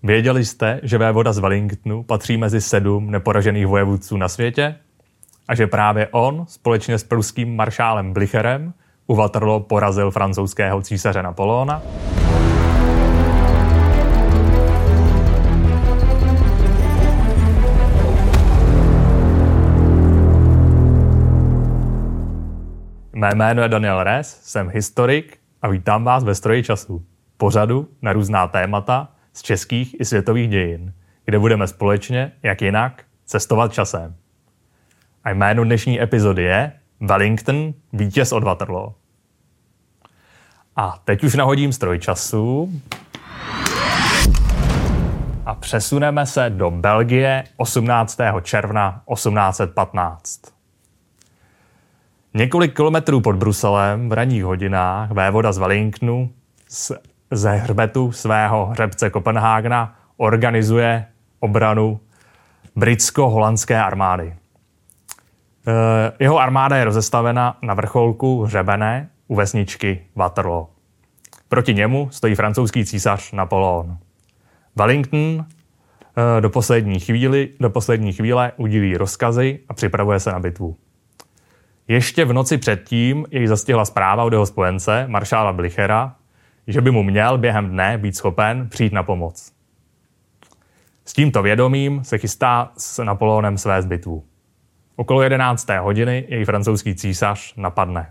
Věděli jste, že vévoda z Wellingtonu patří mezi 7 neporažených vojevůdců na světě? A že právě on společně s pruským maršálem Blücherem u Waterloo porazil francouzského císaře Napoleona? Mé jméno je Daniel Ress, jsem historik a vítám vás ve Stroji času, pořadu na různá témata z českých i světových dějin, kde budeme společně, jak jinak, cestovat časem. A jméno dnešní epizody je Wellington, vítěz od Waterloo. A teď už nahodím stroj času a přesuneme se do Belgie 18. června 1815. Několik kilometrů pod Bruselem v ranních hodinách vévoda z Wellingtonu ze hřbetu svého hřebce Kopenhágena organizuje obranu britsko-holandské armády. Jeho armáda je rozestavena na vrcholku hřebene u vesničky Waterloo. Proti němu stojí francouzský císař Napoleon. Wellington do poslední chvíle udílí rozkazy a připravuje se na bitvu. Ještě v noci předtím jej zastihla zpráva od jeho spojence, maršála Blüchera, že by mu měl během dne být schopen přijít na pomoc. S tímto vědomím se chystá s Napoleonem svést bitvu. Okolo 11. hodiny jej francouzský císař napadne.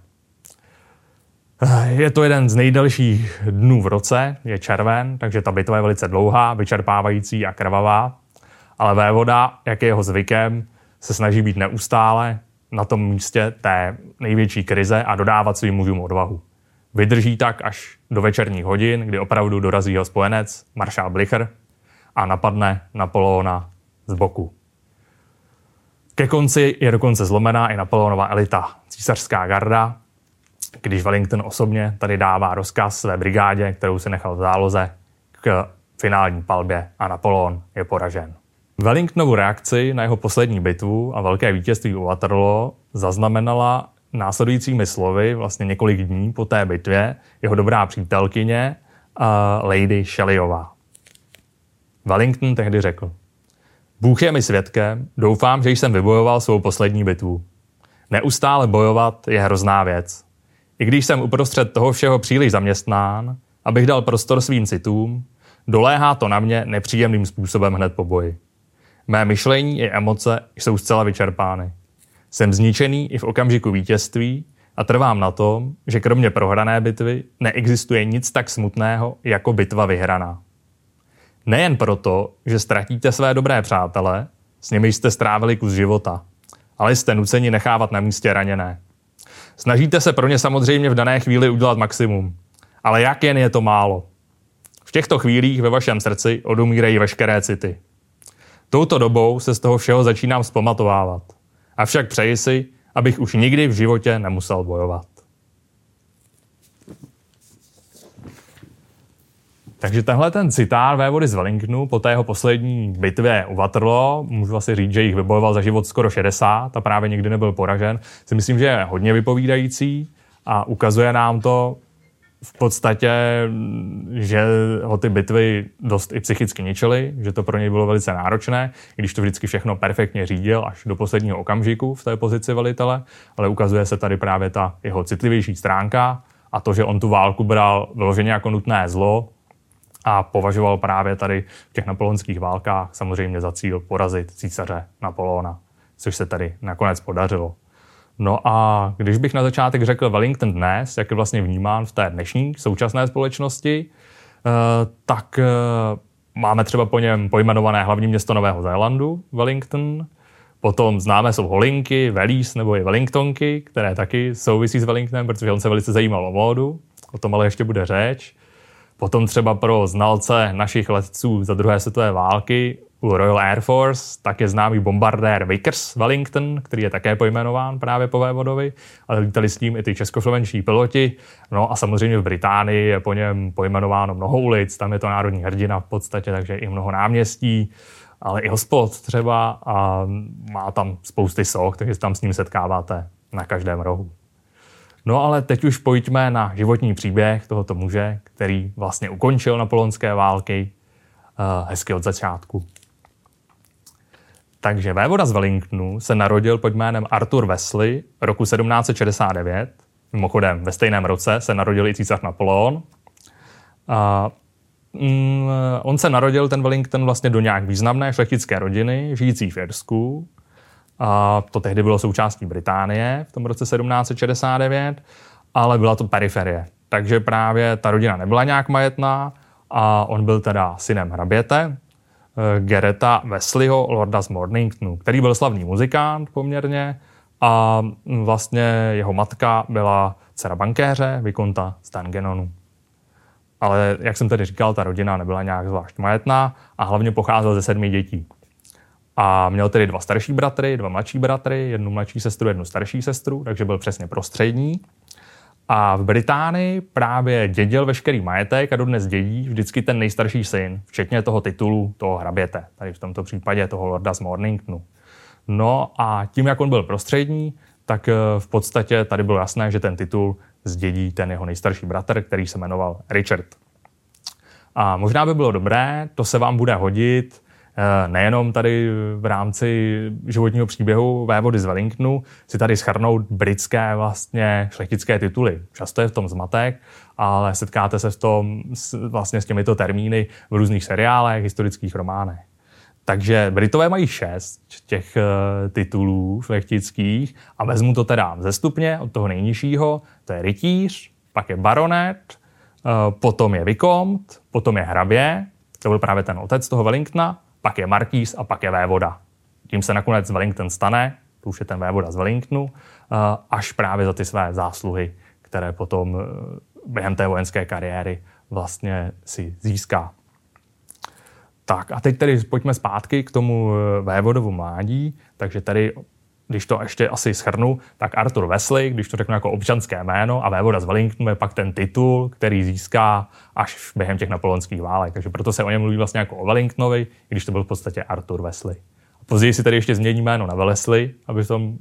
Je to jeden z nejdelších dnů v roce, je červen, takže ta bitva je velice dlouhá, vyčerpávající a krvavá, ale vévoda, jak je jeho zvykem, se snaží být neustále na tom místě té největší krize a dodávat svým mužům odvahu. Vydrží tak až do večerních hodin, kdy opravdu dorazí jeho spojenec, maršál Blücher, a napadne Napoleona z boku. Ke konci je dokonce zlomená i Napoleonova elita, císařská garda, když Wellington osobně tady dává rozkaz své brigádě, kterou si nechal v záloze, k finální palbě a Napoleon je poražen. Wellingtonovu reakci na jeho poslední bitvu a velké vítězství u Waterloo zaznamenala následujícími slovy vlastně několik dní po té bitvě jeho dobrá přítelkyně Lady Shelleyová. Wellington tehdy řekl: Bůh je mi svědkem, doufám, že jsem vybojoval svou poslední bitvu. Neustále bojovat je hrozná věc. I když jsem uprostřed toho všeho příliš zaměstnán, abych dal prostor svým citům, doléhá to na mě nepříjemným způsobem hned po boji. Mé myšlení i emoce jsou zcela vyčerpány. Jsem zničený i v okamžiku vítězství a trvám na tom, že kromě prohrané bitvy neexistuje nic tak smutného jako bitva vyhraná. Nejen proto, že ztratíte své dobré přátele, s nimi jste strávili kus života, ale jste nuceni nechávat na místě raněné. Snažíte se pro ně samozřejmě v dané chvíli udělat maximum, ale jak jen je to málo. V těchto chvílích ve vašem srdci odumírají veškeré city. Touto dobou se z toho všeho začínám vzpamatovávat. Avšak přeji si, abych už nikdy v životě nemusel bojovat. Takže tenhle ten citát vévody z Wellingtonu po té jeho poslední bitvě u Waterloo, můžu asi říct, že jich vybojoval za život skoro 60 a právě nikdy nebyl poražen, si myslím, že je hodně vypovídající a ukazuje nám to v podstatě, že ho ty bitvy dost i psychicky ničily, že to pro něj bylo velice náročné, když to vždycky všechno perfektně řídil až do posledního okamžiku v té pozici velitele, ale ukazuje se tady právě ta jeho citlivější stránka a to, že on tu válku bral vyloženě jako nutné zlo a považoval právě tady v těch napoleonských válkách samozřejmě za cíl porazit císaře Napoleona, což se tady nakonec podařilo. No a když bych na začátek řekl Wellington dnes, jak je vlastně vnímán v té dnešní současné společnosti, tak máme třeba po něm pojmenované hlavní město Nového Zélandu, Wellington. Potom známé jsou holinky, Wellies nebo i Wellingtonky, které taky souvisí s Wellingtonem, protože on se velice zajímal o módu, o tom ale ještě bude řeč. Potom třeba pro znalce našich letců za druhé světové války u Royal Air Force tak je známý bombardér Vickers Wellington, který je také pojmenován právě po vévodovi, ale lítali s tím i ty českoslovenští piloti. No a samozřejmě v Británii je po něm pojmenováno mnoho ulic, tam je to národní hrdina v podstatě, takže i mnoho náměstí, ale i hospod třeba a má tam spousty soch, takže tam s ním setkáváte na každém rohu. No ale teď už pojďme na životní příběh tohoto muže, který vlastně ukončil napoleonské války hezky od začátku. Takže vévoda z Wellingtonu se narodil pod jménem Arthur Wesley roku 1769. Mimochodem, ve stejném roce se narodil i císař Napoleon. On se narodil, ten Wellington, vlastně do nějak významné šlechtické rodiny, žijící v Irsku. A to tehdy bylo součástí Británie v tom roce 1769, ale byla to periferie. Takže právě ta rodina nebyla nějak majetná a on byl teda synem hraběte, Garreta Wesleyho, lorda z Morningtonu, který byl slavný muzikant poměrně a vlastně jeho matka byla dcera bankéře, vikonta z Dangenonu. Ale jak jsem tady říkal, ta rodina nebyla nějak zvlášť majetná a hlavně pocházel ze 7 dětí. A měl tedy 2 starší bratry, 2 mladší bratry, 1 mladší sestru, 1 starší sestru, takže byl přesně prostřední. A v Británii právě dědil veškerý majetek a dodnes dědí vždycky ten nejstarší syn, včetně toho titulu, toho hraběte, tady v tomto případě toho lorda z Morningtonu. No a tím, jak on byl prostřední, tak v podstatě tady bylo jasné, že ten titul zdědí ten jeho nejstarší bratr, který se jmenoval Richard. A možná by bylo dobré, to se vám bude hodit, nejenom tady v rámci životního příběhu vévody z Wellingtonu, si tady shrnout britské vlastně šlechtické tituly. Často je v tom zmatek, ale setkáte se v tom vlastně s těmito termíny v různých seriálech, historických románech. Takže Britové mají 6 těch titulů šlechtických a vezmu to teda vzestupně od toho nejnižšího, to je rytíř, pak je baronet, potom je vicomte, potom je hrabě, to byl právě ten otec toho Wellingtona, pak je markýz a pak je vévoda. Tím se nakonec Wellington stane, to už je ten vévoda z Wellingtonu, až právě za ty své zásluhy, které potom během té vojenské kariéry vlastně si získá. Tak a teď tedy pojďme zpátky k tomu vévodovu mládí, takže tady, když to ještě asi shrnu, tak Arthur Wesley, když to řeknu jako občanské jméno, a vévoda z Wellingtonu je pak ten titul, který získá až během těch napoleonských válek. Takže proto se o něm mluví vlastně jako o Wellingtonovi, i když to byl v podstatě Arthur Wesley. A později si tady ještě změní jméno na Wellesley, aby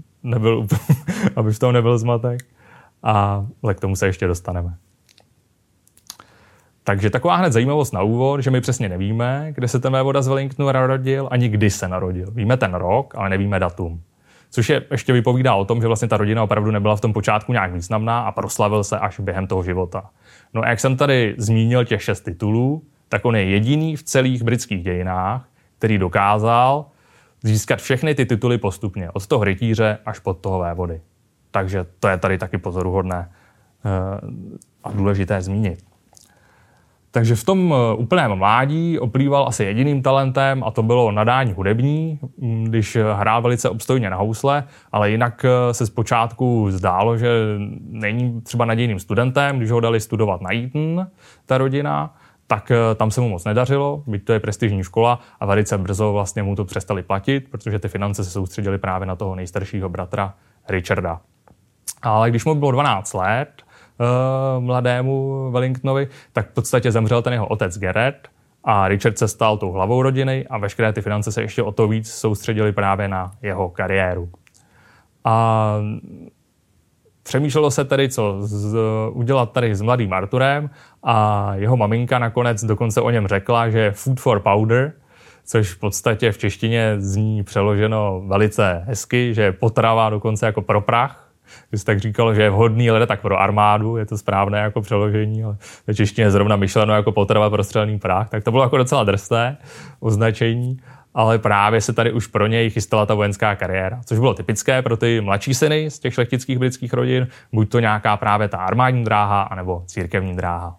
v tom nebyl zmatek. Ale k tomu se ještě dostaneme. Takže taková hned zajímavost na úvod, že my přesně nevíme, kde se ten vévoda z Wellingtonu narodil, ani kdy se narodil. Víme ten rok, ale nevíme datum. Což je ještě vypovídá o tom, že vlastně ta rodina opravdu nebyla v tom počátku nějak významná a proslavil se až během toho života. No a jak jsem tady zmínil těch 6 titulů, tak on je jediný v celých britských dějinách, který dokázal získat všechny ty tituly postupně, od toho rytíře až pod toho vévody. Takže to je tady taky pozoruhodné a důležité zmínit. Takže v tom úplném mládí oplýval asi jediným talentem a to bylo nadání hudební, když hrál velice obstojně na housle, ale jinak se zpočátku zdálo, že není třeba nadějným studentem, když ho dali studovat na Eton, ta rodina, tak tam se mu moc nedařilo, byť to je prestižní škola a velice brzo vlastně mu to přestali platit, protože ty finance se soustředily právě na toho nejstaršího bratra Richarda. Ale když mu bylo 12 let, mladému Wellingtonovi, tak v podstatě zemřel ten jeho otec Garret a Richard se stal tou hlavou rodiny a veškeré ty finance se ještě o to víc soustředily právě na jeho kariéru. A přemýšlelo se tedy, co udělat tady s mladým Arturem a jeho maminka nakonec dokonce o něm řekla, že food for powder, což v podstatě v češtině zní přeloženo velice hezky, že je potrava dokonce jako pro prach. Když jsi tak říkal, že je vhodný leták pro armádu, je to správné jako přeložení, ale ve češtině je zrovna myšleno jako potrava pro střelný prach, tak to bylo jako docela drsné označení, ale právě se tady už pro něj chystala ta vojenská kariéra, což bylo typické pro ty mladší syny z těch šlechtických britských rodin, buď to nějaká právě ta armádní dráha, anebo církevní dráha.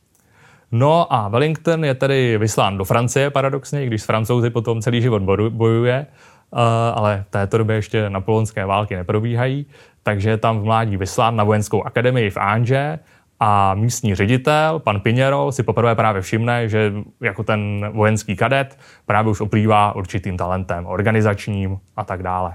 No a Wellington je tedy vyslán do Francie paradoxně, když s Francouzi potom celý život bojuje, ale v této době ještě napoleonské války neprobíhají, takže je tam v mládí vyslán na vojenskou akademii v Angers a místní ředitel, pan Pignerol, si poprvé právě všimne, že jako ten vojenský kadet právě už oplývá určitým talentem, organizačním a tak dále.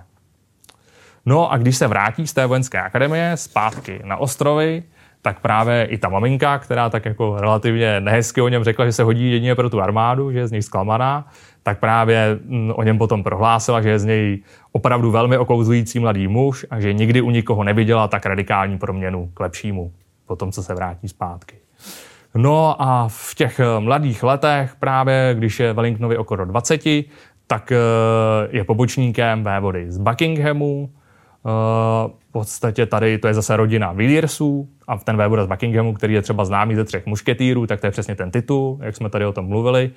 No a když se vrátí z té vojenské akademie zpátky na ostrovy, tak právě i ta maminka, která tak jako relativně nehezky o něm řekla, že se hodí jedině pro tu armádu, že je z něj zklamaná, tak právě o něm potom prohlásila, že je z něj opravdu velmi okouzlující mladý muž a že nikdy u nikoho neviděla tak radikální proměnu k lepšímu, po tom, co se vrátí zpátky. No a v těch mladých letech, právě když je Wellingtonovi okolo 20, tak je pobočníkem vévody z Buckinghamu. V podstatě tady to je zase rodina Villiersů a ten vévoda z Buckinghamu, který je třeba známý ze 3 mušketýrů, tak to je přesně ten titul, jak jsme tady o tom mluvili.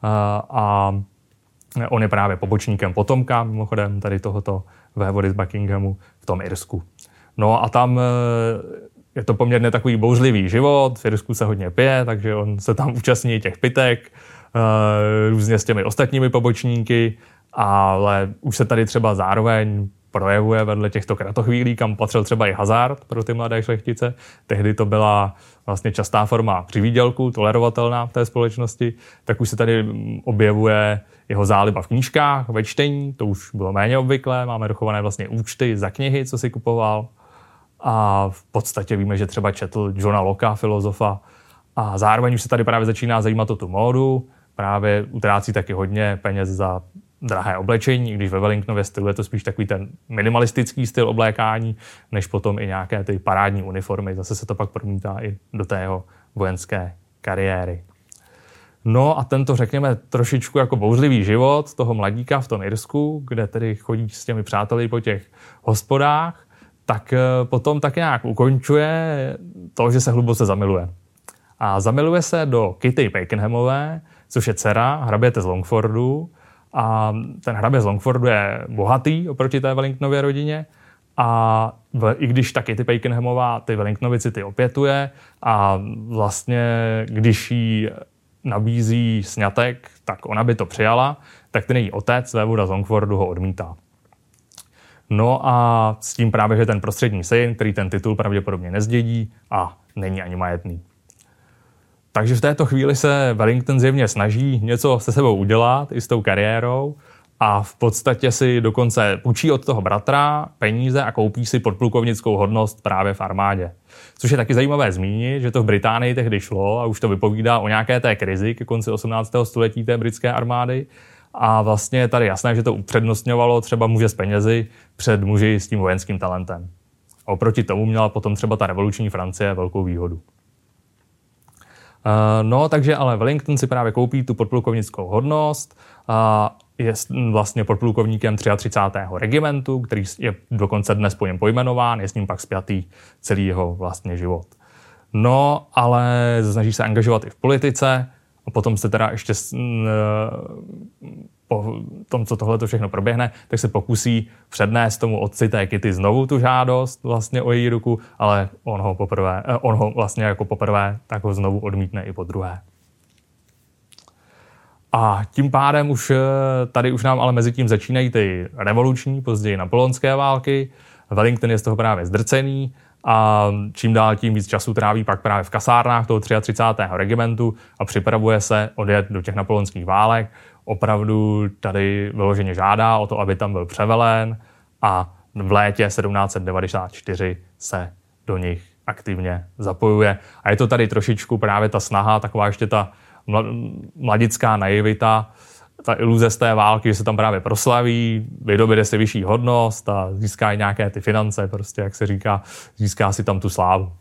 A on je právě pobočníkem potomka, mimochodem tady tohoto vévody z Buckinghamu v tom Irsku. No a tam je to poměrně takový bouřlivý život, v Irsku se hodně pije, takže on se tam účastní těch pitek, různě s těmi ostatními pobočníky, ale už se tady třeba zároveň projevuje vedle těchto kratochvílí, kam patřil třeba i hazard pro ty mladé šlechtice. Tehdy to byla vlastně častá forma přivýdělku, tolerovatelná v té společnosti, tak už se tady objevuje jeho záliba v knížkách, ve čtení, to už bylo méně obvyklé, máme dochované vlastně účty za knihy, co si kupoval. A v podstatě víme, že třeba četl Johna Locka, filozofa, a zároveň už se tady právě začíná zajímat o tu módu, právě utrácí taky hodně peněz za drahé oblečení, když ve Wellingtonově stylu je to spíš takový ten minimalistický styl oblékání, než potom i nějaké ty parádní uniformy. Zase se to pak promítá i do té jeho vojenské kariéry. No a tento, řekněme, trošičku jako bouřlivý život toho mladíka v tom Irsku, kde tedy chodí s těmi přáteli po těch hospodách, tak potom tak nějak ukončuje to, že se hluboce zamiluje. A zamiluje se do Kitty Pakenhamové, což je dcera hraběte z Longfordu. A ten hrabě z Longfordu je bohatý oproti té Wellingtonově rodině. A i když ta Kitty Pakenhamová ty Wellingtonovici ty opětuje a vlastně když jí nabízí sňatek, tak ona by to přijala, tak ten její otec, vévoda z Longfordu, ho odmítá. No a s tím právě, že ten prostřední syn, který ten titul pravděpodobně nezdědí a není ani majetný. Takže v této chvíli se Wellington zjevně snaží něco se sebou udělat i s tou kariérou a v podstatě si dokonce půjčí od toho bratra peníze a koupí si podplukovnickou hodnost právě v armádě. Což je taky zajímavé zmínit, že to v Británii tehdy šlo a už to vypovídá o nějaké té krizi ke konci 18. století té britské armády. A vlastně je tady jasné, že to upřednostňovalo třeba muže s penězi před muži s tím vojenským talentem. A oproti tomu měla potom třeba ta revoluční Francie velkou výhodu. No, takže ale Wellington si právě koupí tu podplukovnickou hodnost, je vlastně podplukovníkem 33. regimentu, který je dokonce dnes po něm pojmenován, je s ním pak spjatý celý jeho vlastně život. No, ale snaží se angažovat i v politice a potom se teda ještě po tom, co tohle všechno proběhne, tak se pokusí přednést tomu otci té Kitty znovu tu žádost vlastně o její ruku, ale on ho vlastně jako poprvé tak ho znovu odmítne i po druhé. A tím pádem tady už nám ale mezi tím začínají ty revoluční, později napoleonské války. Wellington je z toho právě zdrcený a čím dál tím víc času tráví pak právě v kasárnách toho 33. regimentu a připravuje se odjet do těch napoleonských válek. Opravdu tady vyloženě žádá o to, aby tam byl převelen a v létě 1794 se do nich aktivně zapojuje. A je to tady trošičku právě ta snaha, taková ještě ta mladická naivita, ta iluze z té války, že se tam právě proslaví, vydoběde si vyšší hodnost a získá nějaké ty finance, prostě jak se říká, získá si tam tu slávu.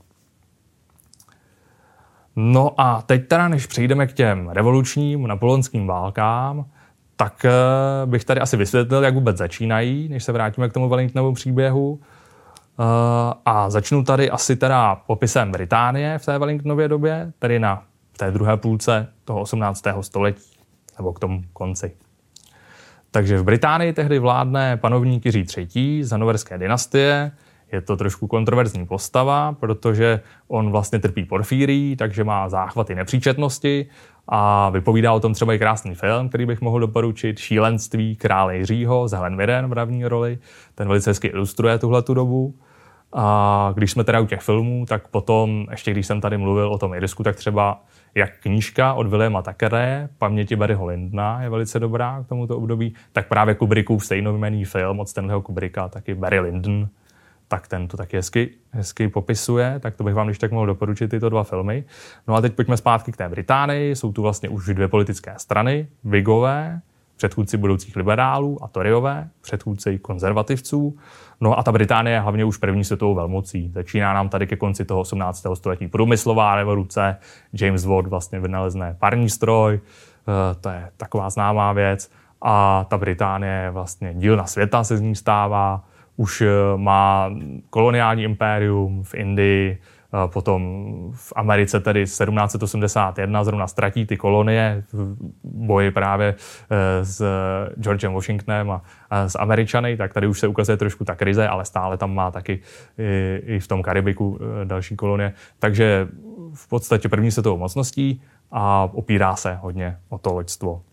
No a teď teda, než přejdeme k těm revolučním napoleonským válkám, tak bych tady asi vysvětlil, jak vůbec začínají, než se vrátíme k tomu Wellingtonovu příběhu. A začnu tady asi teda popisem Británie v té Wellingtonově době, tedy na té druhé půlce toho 18. století, nebo k tomu konci. Takže v Británii tehdy vládne panovník Jiří III. Z Hanoverské dynastie. Je to trošku kontroverzní postava, protože on vlastně trpí porfírií, takže má záchvaty nepříčetnosti a vypovídá o tom třeba i krásný film, který bych mohl doporučit, Šílenství krále Jiřího s Helen Mirren v hlavní roli. Ten velice hezky ilustruje tuhletu dobu. A když jsme teda u těch filmů, tak potom, ještě když jsem tady mluvil o tom Irsku, tak třeba jak knížka od Williama Thackereye, Paměti Barryho Lyndona je velice dobrá k tomuto období, tak právě Kubrickův stejnojmenný film od Stanleyho Kubricka, taky Barry Lyndon, tak ten to taky hezky popisuje, tak to bych vám když tak mohl doporučit tyto dva filmy. No a teď pojďme zpátky k té Británii, jsou tu vlastně už dvě politické strany, Whigové, předchůdci budoucích liberálů a Toryové, předchůdci konzervativců. No a ta Británie je hlavně už první světovou velmocí. Začíná nám tady ke konci toho 18. století průmyslová revoluce, James Watt vlastně vynalezne parní stroj, to je taková známá věc. A ta Británie vlastně dílna světa se z ní stává, už má koloniální impérium v Indii, potom v Americe tedy 1781 zrovna ztratí ty kolonie v boji právě s Georgem Washingtonem a s Američany, tak tady už se ukazuje trošku ta krize, ale stále tam má taky i v tom Karibiku další kolonie. Takže v podstatě první světovou mocností a opírá se hodně o to loďstvo.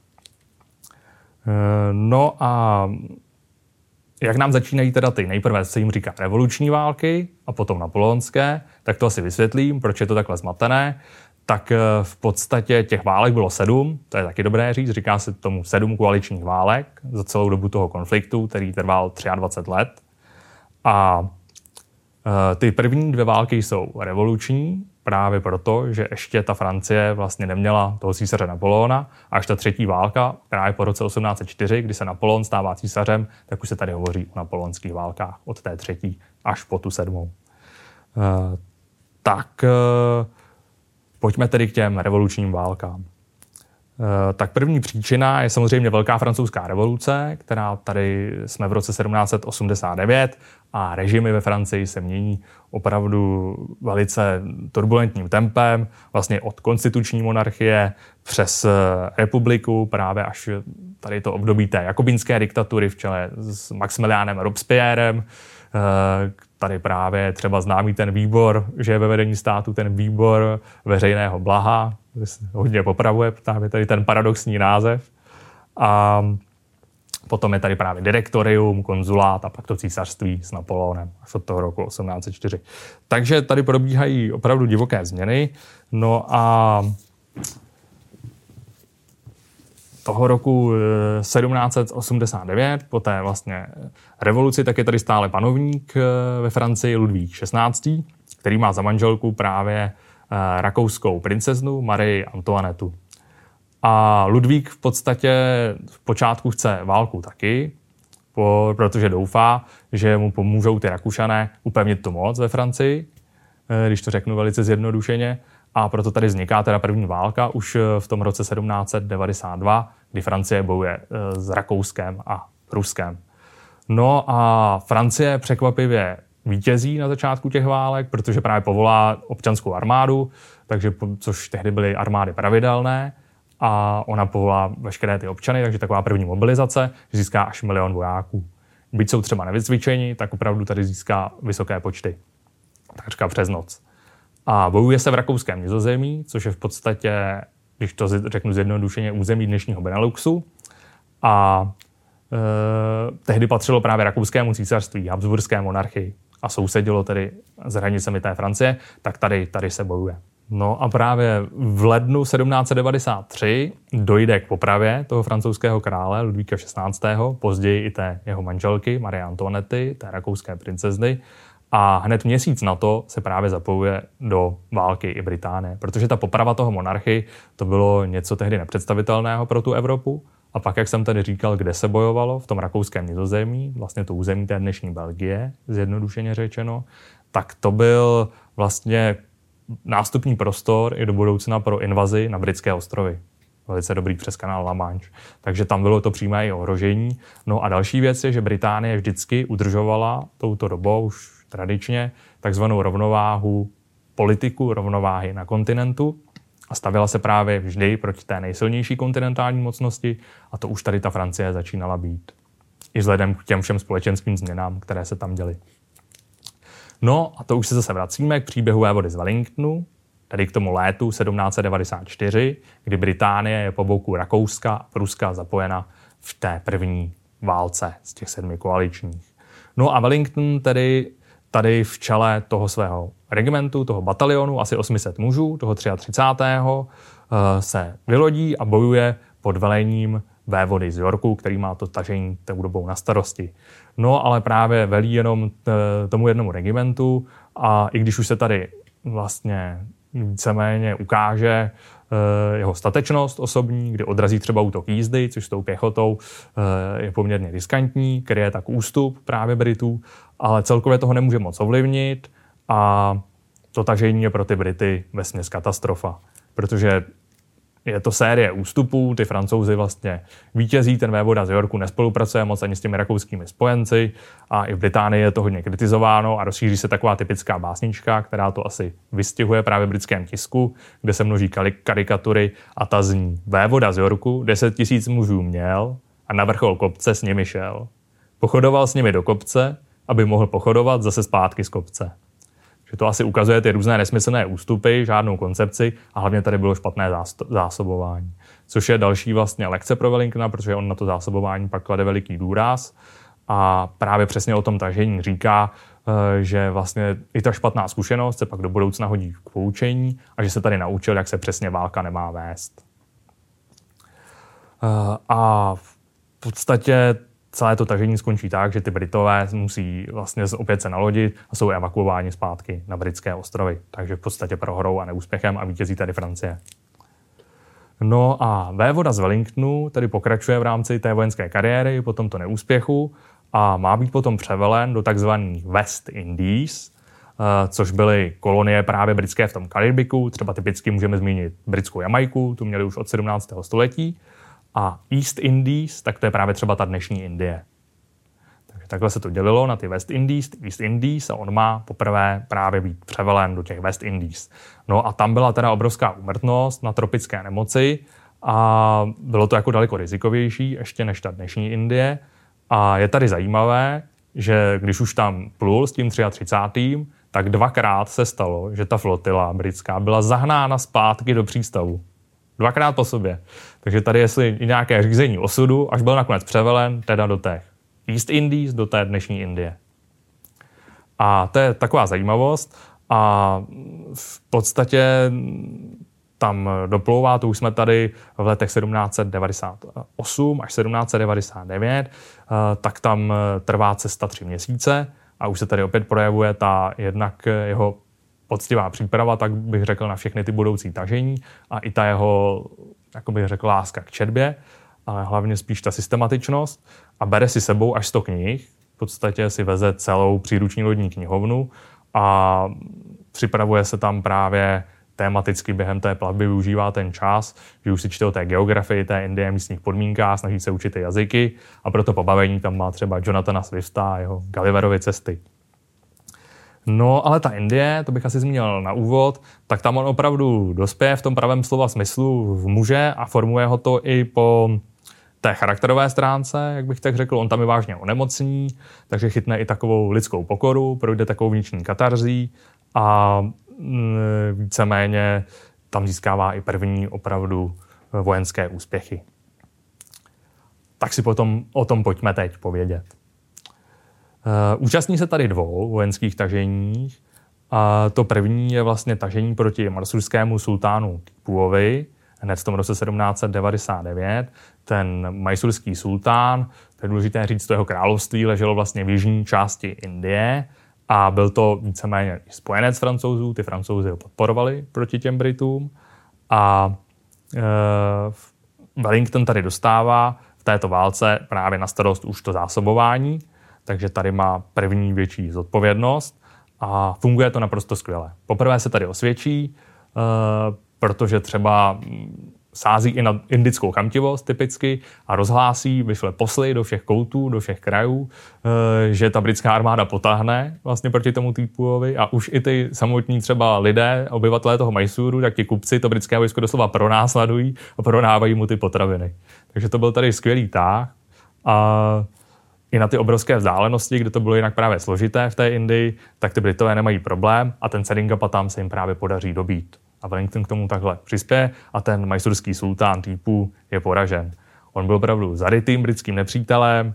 No a jak nám začínají teda ty? Nejprve se jim říká revoluční války a potom napoleonské, tak to asi vysvětlím, proč je to takhle zmatené. Tak v podstatě těch válek bylo 7, to je taky dobré říct, říká se tomu 7 koaličních válek za celou dobu toho konfliktu, který trval 23 let. A ty první 2 války jsou revoluční, právě proto, že ještě ta Francie vlastně neměla toho císaře Napoleona. A až ta 3. válka, která je po roce 1804, kdy se Napoleon stává císařem, tak už se tady hovoří o napoleonských válkách od té 3. až po tu 7. Pojďme tedy k těm revolučním válkám. Tak první příčina je samozřejmě Velká francouzská revoluce, která tady jsme v roce 1789 a režimy ve Francii se mění opravdu velice turbulentním tempem, vlastně od konstituční monarchie přes republiku, právě až tady to období té jakobinské diktatury v čele s Maximiliánem Robespierrem. Tady právě třeba známý ten výbor, že je ve vedení státu ten výbor veřejného blaha, hodně popravuje právě tady ten paradoxní název. A potom je tady právě direktorium, konzulát a pak to císařství s Napoleonem až od toho roku 1804. Takže tady probíhají opravdu divoké změny. No a toho roku 1789, po té vlastně revoluci, tak je tady stále panovník ve Francii Ludvík XVI, který má za manželku právě rakouskou princeznu Marii Antoinetu. A Ludvík v podstatě v počátku chce válku taky, protože doufá, že mu pomůžou ty Rakušané upevnit tu moc ve Francii, když to řeknu velice zjednodušeně. A proto tady vzniká teda první válka už v tom roce 1792, kdy Francie bojuje s Rakouskem a Pruskem. No a Francie překvapivě vítězí na začátku těch válek, protože právě povolá občanskou armádu, což tehdy byly armády pravidelné, a ona povolá veškeré ty občany, takže taková první mobilizace, že získá až 1 000 000 vojáků. Byť jsou třeba nevycvičeni, tak opravdu tady získá vysoké počty. Takřka přes noc. A bojuje se v rakouském Nizozemí, což je v podstatě, když to řeknu zjednodušeně, území dnešního Beneluxu. A tehdy patřilo právě rakouskému císařství, habsburské monarchii a sousedilo tedy s hranicemi té Francie, tak tady se bojuje. No a právě v lednu 1793 dojde k popravě toho francouzského krále Ludvíka XVI., později i té jeho manželky Marie Antoinety, té rakouské princezny. A hned měsíc na to se právě zapojuje do války i Británie, protože ta poprava toho monarchy, to bylo něco tehdy nepředstavitelného pro tu Evropu. A pak, jak jsem tady říkal, kde se bojovalo, v tom rakouském Nizozemí, vlastně to území té dnešní Belgie, zjednodušeně řečeno, tak to byl vlastně nástupní prostor i do budoucna pro invazi na britské ostrovy. Velice dobrý přes kanál La Manche. Takže tam bylo to přímé i ohrožení. No a další věc je, že Británie vždycky udržovala touto dobou už tradičně takzvanou politiku rovnováhy na kontinentu a stavěla se právě vždy proti té nejsilnější kontinentální mocnosti a to už tady ta Francie začínala být. I vzhledem k těm všem společenským změnám, které se tam děly. No a to už se zase vracíme k příběhu vévody z Wellingtonu, tedy k tomu létu 1794, kdy Británie je po boku Rakouska a Pruska zapojena v té první válce z těch 7 koaličních. No a Wellington tedy tady v čele toho svého regimentu, toho batalionu, asi 800 mužů, toho 33. Se vylodí a bojuje pod velením vévody z Yorku, který má to tažení tou dobou na starosti. No ale právě velí jenom tomu jednomu regimentu a i když už se tady vlastně víceméně ukáže jeho statečnost osobní, kdy odrazí třeba útok jízdy, což s tou pěchotou je poměrně riskantní, který je tak ústup právě Britů, ale celkově toho nemůže moc ovlivnit a to tažení je pro ty Brity vesměs katastrofa, protože je to série ústupů, ty Francouzi vlastně vítězí, ten vévoda z Yorku nespolupracuje moc ani s těmi rakouskými spojenci a i v Británii je to hodně kritizováno a rozšíří se taková typická básnička, která to asi vystihuje právě v britském tisku, kde se množí karikatury a ta zní: vévoda z Yorku 10 000 mužů měl a na vrchol kopce s nimi šel. Pochodoval s nimi do kopce, aby mohl pochodovat zase zpátky z kopce. Že to asi ukazuje ty různé nesmyslné ústupy, žádnou koncepci a hlavně tady bylo špatné zásobování. Což je další vlastně lekce pro Wellingtona, protože on na to zásobování pak klade veliký důraz a právě přesně o tom tažení říká, že vlastně i ta špatná zkušenost se pak do budoucna hodí k poučení a že se tady naučil, jak se přesně válka nemá vést. A v podstatě celé to tažení skončí tak, že ty Britové musí vlastně opět se nalodit a jsou evakuováni zpátky na britské ostrovy. Takže v podstatě prohrou a neúspěchem a vítězí tady Francie. No a vévoda z Wellingtonu tedy pokračuje v rámci té vojenské kariéry po tomto neúspěchu a má být potom převelen do takzvaných West Indies, což byly kolonie právě britské v tom Karibiku. Třeba typicky můžeme zmínit britskou Jamajku, tu měli už od 17. století. A East Indies, tak to je právě třeba ta dnešní Indie. Takže takhle se to dělilo na ty West Indies, East Indies a on má poprvé právě být převelen do těch West Indies. No a tam byla teda obrovská úmrtnost na tropické nemoci a bylo to jako daleko rizikovější ještě než ta dnešní Indie. A je tady zajímavé, že když už tam plul s tím 33., tak 2krát se stalo, že ta flotila britská byla zahnána zpátky do přístavu. 2krát po sobě. Takže tady jestli i nějaké řízení osudu, až byl nakonec převelen teda do těch East Indies, do té dnešní Indie. A to je taková zajímavost a v podstatě tam doplouvá, to už jsme tady v letech 1798 až 1799, tak tam trvá cesta 3 měsíce a už se tady opět projevuje ta jednak jeho poctivá příprava, tak bych řekl, na všechny ty budoucí tažení a i ta jeho, jako bych řekl, láska k četbě, ale hlavně spíš ta systematičnost a bere si sebou až 100 knih, v podstatě si veze celou příruční lodní knihovnu a připravuje se tam právě tematicky během té plavby, využívá ten čas, že už si čte o té geografii, té Indie, místních podmínkách, snaží se učit ty jazyky a proto pobavení tam má třeba Jonathana Swifta a jeho Gulliverovy cesty. No, ale ta Indie, to bych asi zmínil na úvod, tak tam on opravdu dospěje v tom pravém slova smyslu v muže a formuje ho to i po té charakterové stránce, jak bych tak řekl. On tam je vážně onemocní, takže chytne i takovou lidskou pokoru, projde takovou vnitřní katarzí a víceméně tam získává i první opravdu vojenské úspěchy. Tak si potom o tom pojďme teď povědět. Účastní se tady 2 vojenských taženích. A to první je vlastně tažení proti majsurskému sultánu Tipuovi, hned v tom roce 1799. Ten majsurský sultán, to je důležité říct, to jeho království leželo vlastně v jižní části Indie a byl to víceméně spojenec Francouzů, ty Francouzi ho podporovali proti těm Britům a Wellington tady dostává v této válce právě na starost už to zásobování, takže tady má první větší zodpovědnost a funguje to naprosto skvěle. Poprvé se tady osvědčí, protože třeba sází i na indickou chamtivost typicky a rozhlásí, vyšle posly do všech koutů, do všech krajů, že ta britská armáda potáhne vlastně proti tomu Tipuovi a už i ty samotní třeba lidé, obyvatelé toho Majsúru, tak ti kupci to britské vojsko doslova pronásledují a prodávají mu ty potraviny. Takže to byl tady skvělý tah a i na ty obrovské vzdálenosti, kde to bylo jinak právě složité v té Indii, tak ty Britové nemají problém a ten Seringapatam se jim právě podaří dobít. A Wellington k tomu takhle přispěje a ten majsurský sultán Tipu je poražen. On byl opravdu zarytým britským nepřítelem.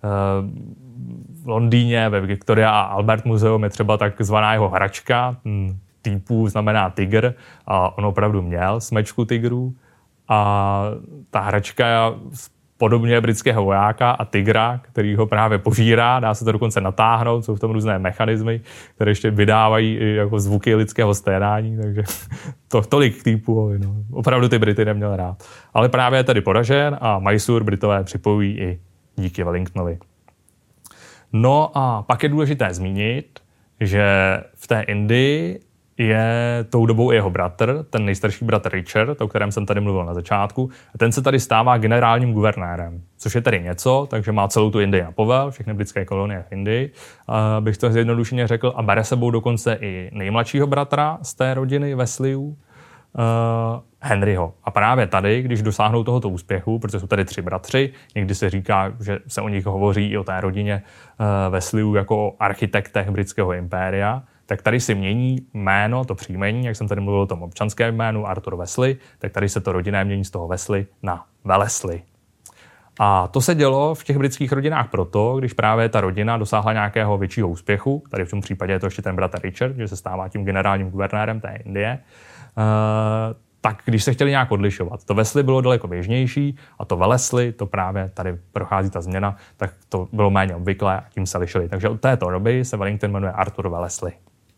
V Londýně ve Victoria a Albert Museum je třeba takzvaná jeho hračka. Tipu znamená tygr a on opravdu měl smečku tygrů. A ta hračka podobně britského vojáka a tygra, který ho právě požírá, dá se to dokonce natáhnout, jsou v tom různé mechanismy, které ještě vydávají i jako zvuky lidského sténání, takže tolik týpů, no. Opravdu ty Brity neměl rád. Ale právě je tady poražen a Mysore Britové připojují i díky Wellingtonovi. No a pak je důležité zmínit, že v té Indii je tou dobou i jeho bratr, ten nejstarší bratr Richard, o kterém jsem tady mluvil na začátku. A ten se tady stává generálním guvernérem, což je tady něco, takže má celou tu Indii na povel, všechny britské kolonie v Indii, bych to zjednodušeně řekl, a bere sebou dokonce i nejmladšího bratra z té rodiny Wesleyů, Henryho. A právě tady, když dosáhnou tohoto úspěchu, protože jsou tady 3 bratři, někdy se říká, že se o nich hovoří i o té rodině Wesleyů jako o architektech britského impéria, tak tady si mění jméno, to příjmení, jak jsem tady mluvil o tom občanském jménu Arthur Wesley, tak tady se to rodinné mění z toho Wesley na Wellesley. A to se dělo v těch britských rodinách proto, když právě ta rodina dosáhla nějakého většího úspěchu, tady v tom případě je to ještě ten bratr Richard, že se stává tím generálním guvernérem té Indie, tak když se chtěli nějak odlišovat. To Wesley bylo daleko běžnější a to Wellesley, to právě tady prochází ta změna, tak to bylo méně obvyklé a tím se lišili. Takže od této doby se Wellington jmenuje Arthur Wellesley.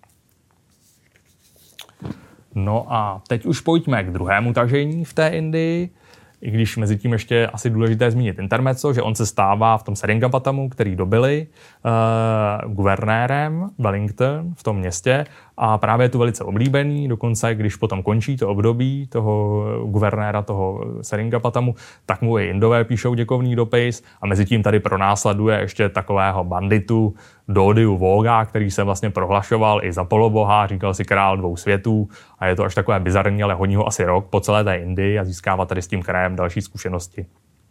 No a teď už pojďme k druhému tažení v té Indii, i když mezi tím ještě asi důležité zmínit intermezzo, že on se stává v tom Seringapatamu, který dobili guvernérem Wellington v tom městě a právě je tu velice oblíbený, dokonce když potom končí to období toho guvernéra toho Seringapatamu, tak mu i Indové píšou děkovný dopis a mezi tím tady pronásleduje ještě takového banditu Dodiu Voga, který se vlastně prohlašoval i za poloboha, říkal si král 2 světů a je to až takové bizarní, ale honí ho asi rok po celé té Indii a získává tady s tím krajem další zkušenosti.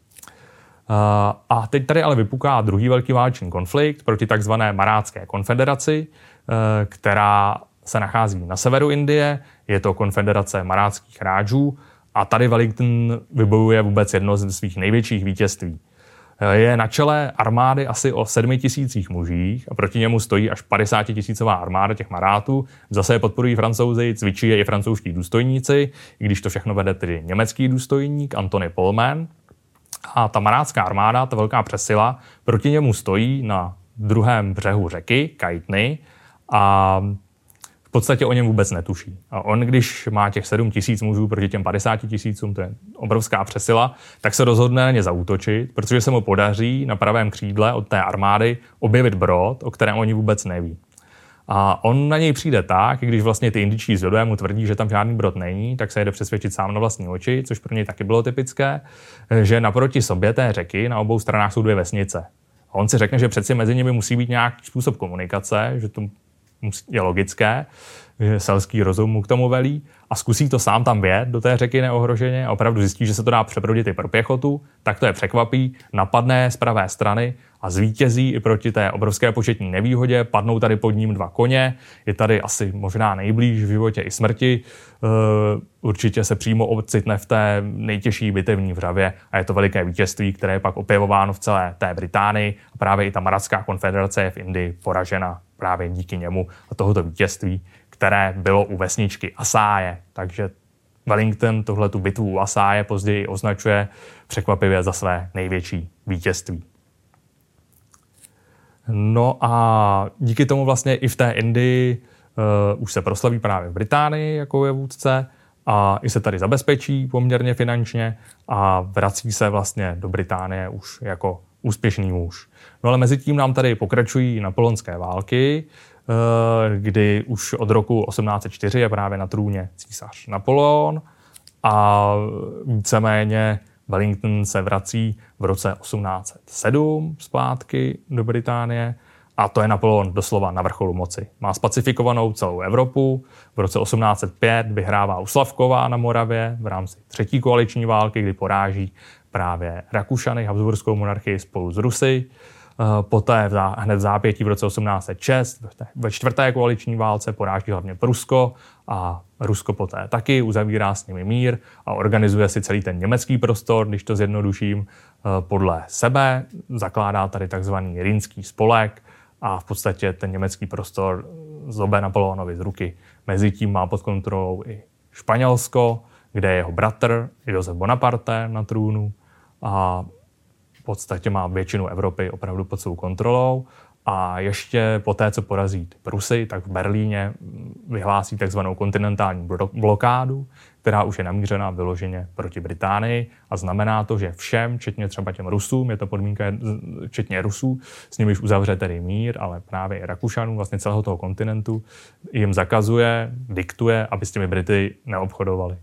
A teď tady ale vypuká druhý velký válečný konflikt proti takzvané Marátské konfederaci, která se nachází na severu Indie, je to konfederace marátských rádžů a tady Wellington vybojuje vůbec jedno ze svých největších vítězství. Je na čele armády asi o 7 000 mužích a proti němu stojí až 50 000 armáda těch Marátů. Zase je podporují Francouzi, cvičí je i francouzští důstojníci, i když to všechno vede tedy německý důstojník Antony Pullman. A ta marátská armáda, ta velká přesila, proti němu stojí na druhém břehu řeky Kaitny a v podstatě o něm vůbec netuší. A on, když má těch 7 000 mužů proti těm 50 000, to je obrovská přesila, tak se rozhodne na ně zaútočit, protože se mu podaří na pravém křídle od té armády objevit brod, o kterém oni vůbec neví. A on na něj přijde tak, když vlastně ty indičtí zvědové mu tvrdí, že tam žádný brod není, tak se jde přesvědčit sám na vlastní oči, což pro něj taky bylo typické, že naproti sobě té řeky na obou stranách jsou 2 vesnice. A on si řekne, že přeci mezi nimi musí být nějaký způsob komunikace, že to je logické, že selský rozum mu k tomu velí a zkusí to sám tam vjet do té řeky neohroženě a opravdu zjistí, že se to dá přebrodit i pro pěchotu, tak to je překvapí, napadne z pravé strany a zvítězí i proti té obrovské početní nevýhodě, padnou tady pod ním 2 koně, je tady asi možná nejblíž v životě i smrti, určitě se přímo ocitne v té nejtěžší bitevní vřavě a je to veliké vítězství, které je pak opěvováno v celé té Británii a právě i ta Maratská konfederace je v Indii poražena právě díky němu a tohoto vítězství, které bylo u vesničky Asáje. Takže Wellington tuhletu bitvu u Asáje později označuje překvapivě za své největší vítězství. No a díky tomu vlastně i v té Indii už se proslaví právě v Británii jako je vůdce a i se tady zabezpečí poměrně finančně a vrací se vlastně do Británie už jako úspěšný muž. No ale mezi tím nám tady pokračují napoleonské války, kdy už od roku 1804 je právě na trůně císař Napoleon a víceméně Wellington se vrací v roce 1807 zpátky do Británie a to je Napoleon doslova na vrcholu moci. Má spacifikovanou celou Evropu, v roce 1805 vyhrává u Slavkova na Moravě v rámci 3. koaliční války, kdy poráží právě Rakušany, Habsburskou monarchii spolu s Rusy. Poté hned v zápětí v roce 1806 ve 4. koaliční válce poráží hlavně Prusko a Rusko poté taky uzavírá s nimi mír a organizuje si celý ten německý prostor, když to zjednoduším, podle sebe. Zakládá tady takzvaný Rýnský spolek a v podstatě ten německý prostor zobe Napoleonovi z ruky. Mezitím má pod kontrolou i Španělsko, kde je jeho bratr Josef Bonaparte na trůnu a v podstatě má většinu Evropy opravdu pod svou kontrolou a ještě po té, co porazí Prusy, tak v Berlíně vyhlásí takzvanou kontinentální blokádu, která už je namířená vyloženě proti Británii a znamená to, že všem, včetně třeba těm Rusům, je to podmínka včetně Rusů, s nimiž uzavře tedy mír, ale právě i Rakušanům, vlastně celého toho kontinentu, jim zakazuje, diktuje, aby s těmi Brity neobchodovali.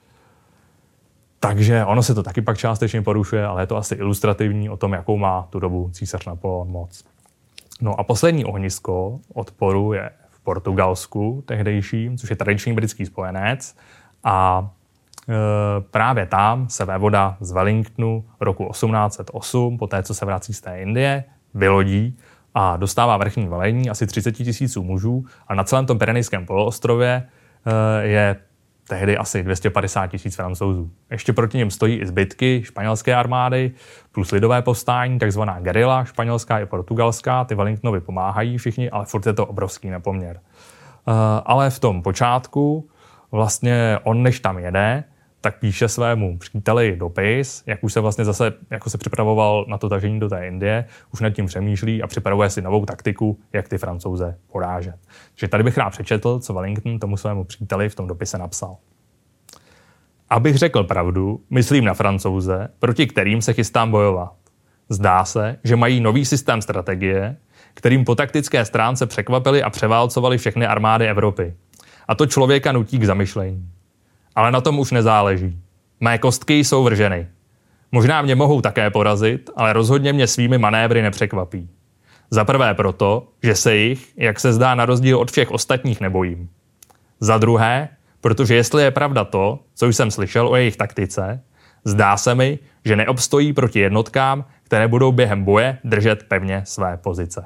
Takže ono se to taky pak částečně porušuje, ale je to asi ilustrativní o tom, jakou má tu dobu císař Napoleon moc. No a poslední ohnisko odporu je v Portugalsku tehdejším, což je tradiční britský spojenec. A právě tam se vévoda z Wellingtonu roku 1808, poté co se vrací z té Indie, vylodí a dostává vrchní velení asi 30 000 mužů a na celém tom Pyrenejském poloostrově je tehdy asi 250 000 Francouzů. Ještě proti něm stojí i zbytky španělské armády plus lidové povstání, takzvaná gerila, španělská i portugalská. Ty Wellingtonovi pomáhají všichni, ale furt je to obrovský nepoměr. Ale v tom počátku vlastně on, než tam jede, tak píše svému příteli dopis, jak už se vlastně zase, jako se připravoval na to tažení do té Indie, už nad tím přemýšlí a připravuje si novou taktiku, jak ty Francouze porážet. Takže tady bych rád přečetl, co Wellington tomu svému příteli v tom dopise napsal. Abych řekl pravdu, myslím na Francouze, proti kterým se chystám bojovat. Zdá se, že mají nový systém strategie, kterým po taktické stránce překvapili a převálcovali všechny armády Evropy. A to člověka nutí k zamyšlení. Ale na tom už nezáleží. Mé kostky jsou vrženy. Možná mě mohou také porazit, ale rozhodně mě svými manévry nepřekvapí. Za prvé proto, že se jich, jak se zdá, na rozdíl od všech ostatních nebojím. Za druhé, protože jestli je pravda to, co jsem slyšel o jejich taktice, zdá se mi, že neobstojí proti jednotkám, které budou během boje držet pevně své pozice.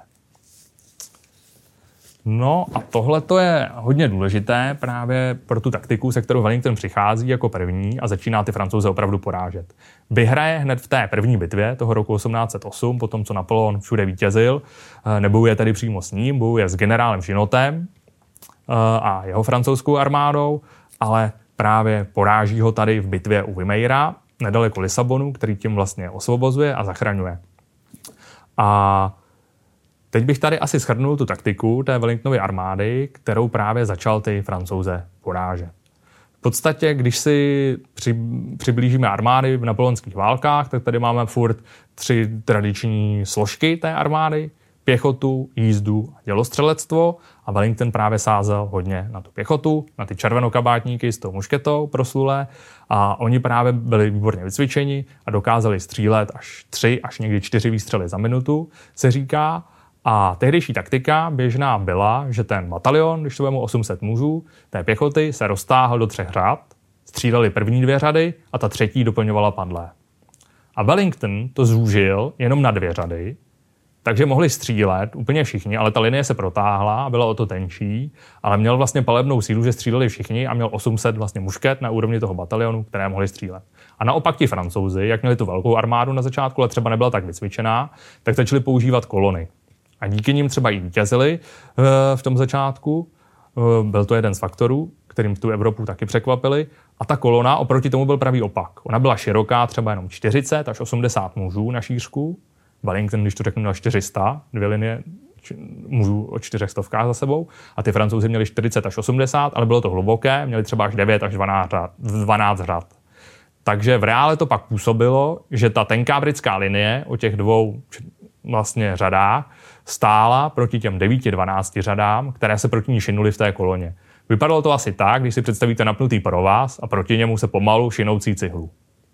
No a tohle to je hodně důležité právě pro tu taktiku, se kterou Wellington přichází jako první a začíná ty Francouze opravdu porážet. Vyhraje hned v té první bitvě toho roku 1808, potom co Napoleon všude vítězil, nebojuje tedy přímo s ním, bojuje s generálem Žinotem a jeho francouzskou armádou, ale právě poráží ho tady v bitvě u Vimeira, nedaleko Lisabonu, který tím vlastně osvobozuje a zachraňuje. A teď bych tady asi shrnul tu taktiku té Wellingtonovy armády, kterou právě začal ty Francouze porážet. V podstatě, když si přiblížíme armády v napoleonských válkách, tak tady máme furt 3 tradiční složky té armády. Pěchotu, jízdu a dělostřelectvo. A Wellington právě sázel hodně na tu pěchotu, na ty červenokabátníky s tou mušketou proslulé. A oni právě byli výborně vycvičeni a dokázali střílet až 3 až někdy 4 výstřely za minutu, se říká. A tehdejší taktika běžná byla, že ten batalion, když to vemu 800 mužů, té pěchoty se roztáhl do 3 řad, stříleli první 2 řady a ta třetí doplňovala padlé. A Wellington to zúžil jenom na 2 řady, takže mohli střílet úplně všichni, ale ta linie se protáhla a byla o to tenčí, ale měl vlastně palebnou sílu, že stříleli všichni a měl 800 vlastně mušket na úrovni toho batalionu, které mohli střílet. A naopak ti Francouzi, jak měli tu velkou armádu na začátku, ale třeba nebyla tak vycvičená, tak začali používat kolony. A díky nim třeba i vítězili v tom začátku. Byl to jeden z faktorů, kterým tu Evropu taky překvapili. A ta kolona oproti tomu byl pravý opak. Ona byla široká, třeba jenom 40 až 80 mužů na šířku. Wellington, když to řeknu, měl 400, 2 linie mužů o 400 za sebou. A ty Francouzi měli 40 až 80, ale bylo to hluboké, měli třeba až 9 až 12 řad. Takže v reále to pak působilo, že ta tenká britská linie o těch 2 vlastně řadách stála proti těm 9-12 řadám, které se proti ní šinuly v té koloně. Vypadalo to asi tak, když si představíte napnutý provaz a proti němu se pomalu šinoucí cihlu.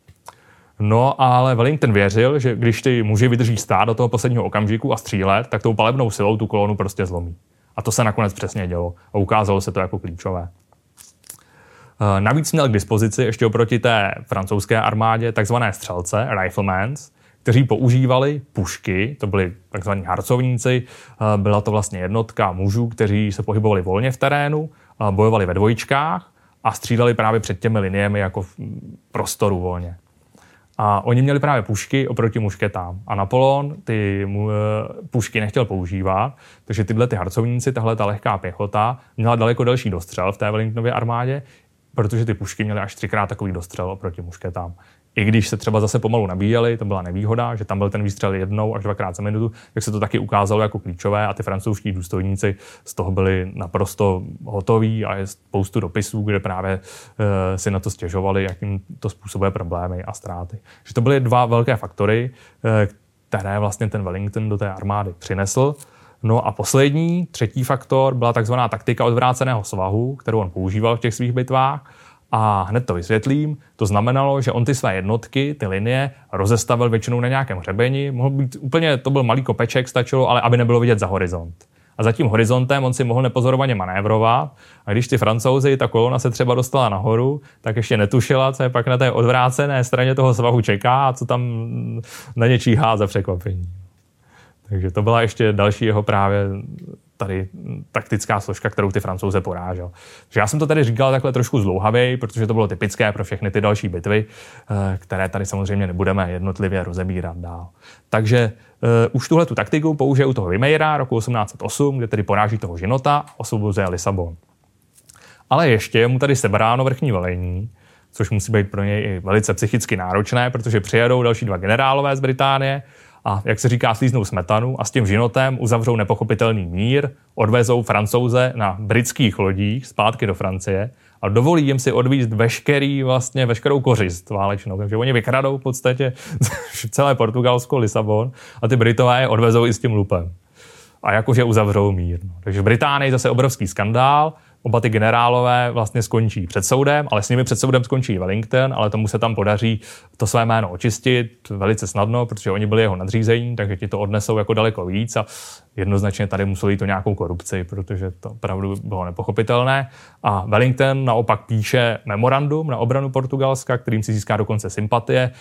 No ale Wellington věřil, že když ty muži vydrží stát do toho posledního okamžiku a střílet, tak tou palebnou silou tu kolonu prostě zlomí. A to se nakonec přesně dělo a ukázalo se to jako klíčové. Navíc měl k dispozici ještě oproti té francouzské armádě takzvané střelce, riflemans, kteří používali pušky, to byli takzvaní harcovníci, byla to vlastně jednotka mužů, kteří se pohybovali volně v terénu, bojovali ve dvojičkách a stříleli právě před těmi liniemi jako v prostoru volně. A oni měli právě pušky oproti mušketám. A Napoleon ty pušky nechtěl používat, takže tyhle ty harcovníci, tahle ta lehká pěchota měla daleko delší dostřel v té Wellingtonově armádě, protože ty pušky měly až 3krát takový dostřel oproti mušketám. i když se třeba zase pomalu nabíjeli, to byla nevýhoda, že tam byl ten výstřel 1 až 2krát za minutu, tak se to taky ukázalo jako klíčové a ty francouzští důstojníci z toho byli naprosto hotoví a je spoustu dopisů, kde právě si na to stěžovali, jakým to způsobuje problémy a ztráty. Že to byly 2 velké faktory, které vlastně ten Wellington do té armády přinesl. No a poslední, třetí faktor, byla takzvaná taktika odvráceného svahu, kterou on používal v těch svých bitvách. A hned to vysvětlím. To znamenalo, že on ty své jednotky, ty linie, rozestavil většinou na nějakém hřebeni. Mohl být úplně, to byl malý kopeček, stačilo, ale aby nebylo vidět za horizont. A za tím horizontem on si mohl nepozorovaně manévrovat. A když ty Francouzi, ta kolona se třeba dostala nahoru, tak ještě netušila, co je pak na té odvrácené straně toho svahu čeká a co tam na ně číhá za překvapení. Takže to byla ještě další jeho právě tady taktická složka, kterou ty Francouze porážel. Takže já jsem to tady říkal takhle trošku zdlouhavě, protože to bylo typické pro všechny ty další bitvy, které tady samozřejmě nebudeme jednotlivě rozebírat dál. Takže už tuhle tu taktiku použije u toho Wimmera roku 1808, kde tedy poráží toho Ženota a osvobozuje Lisabon. Ale ještě je mu tady sebráno vrchní velení, což musí být pro něj i velice psychicky náročné, protože přijedou další 2 generálové z Británie, a jak se říká, slíznou smetanu a s tím Žinotem uzavřou nepochopitelný mír, odvezou Francouze na britských lodích zpátky do Francie a dovolí jim si odvízt veškerou kořist válečnou. Takže oni vykradou v podstatě celé Portugalsko, Lisabon a ty Britové je odvezou i s tím lupem. A jakože uzavřou mír. Takže v Británii zase obrovský skandál. Oba ty generálové vlastně skončí před soudem, ale s nimi před soudem skončí Wellington, ale tomu se tam podaří to své jméno očistit velice snadno, protože oni byli jeho nadřízení, takže ti to odnesou jako daleko víc a jednoznačně tady museli jít to nějakou korupci, protože to opravdu bylo nepochopitelné. A Wellington naopak píše memorandum na obranu Portugalska, kterým si získá dokonce sympatie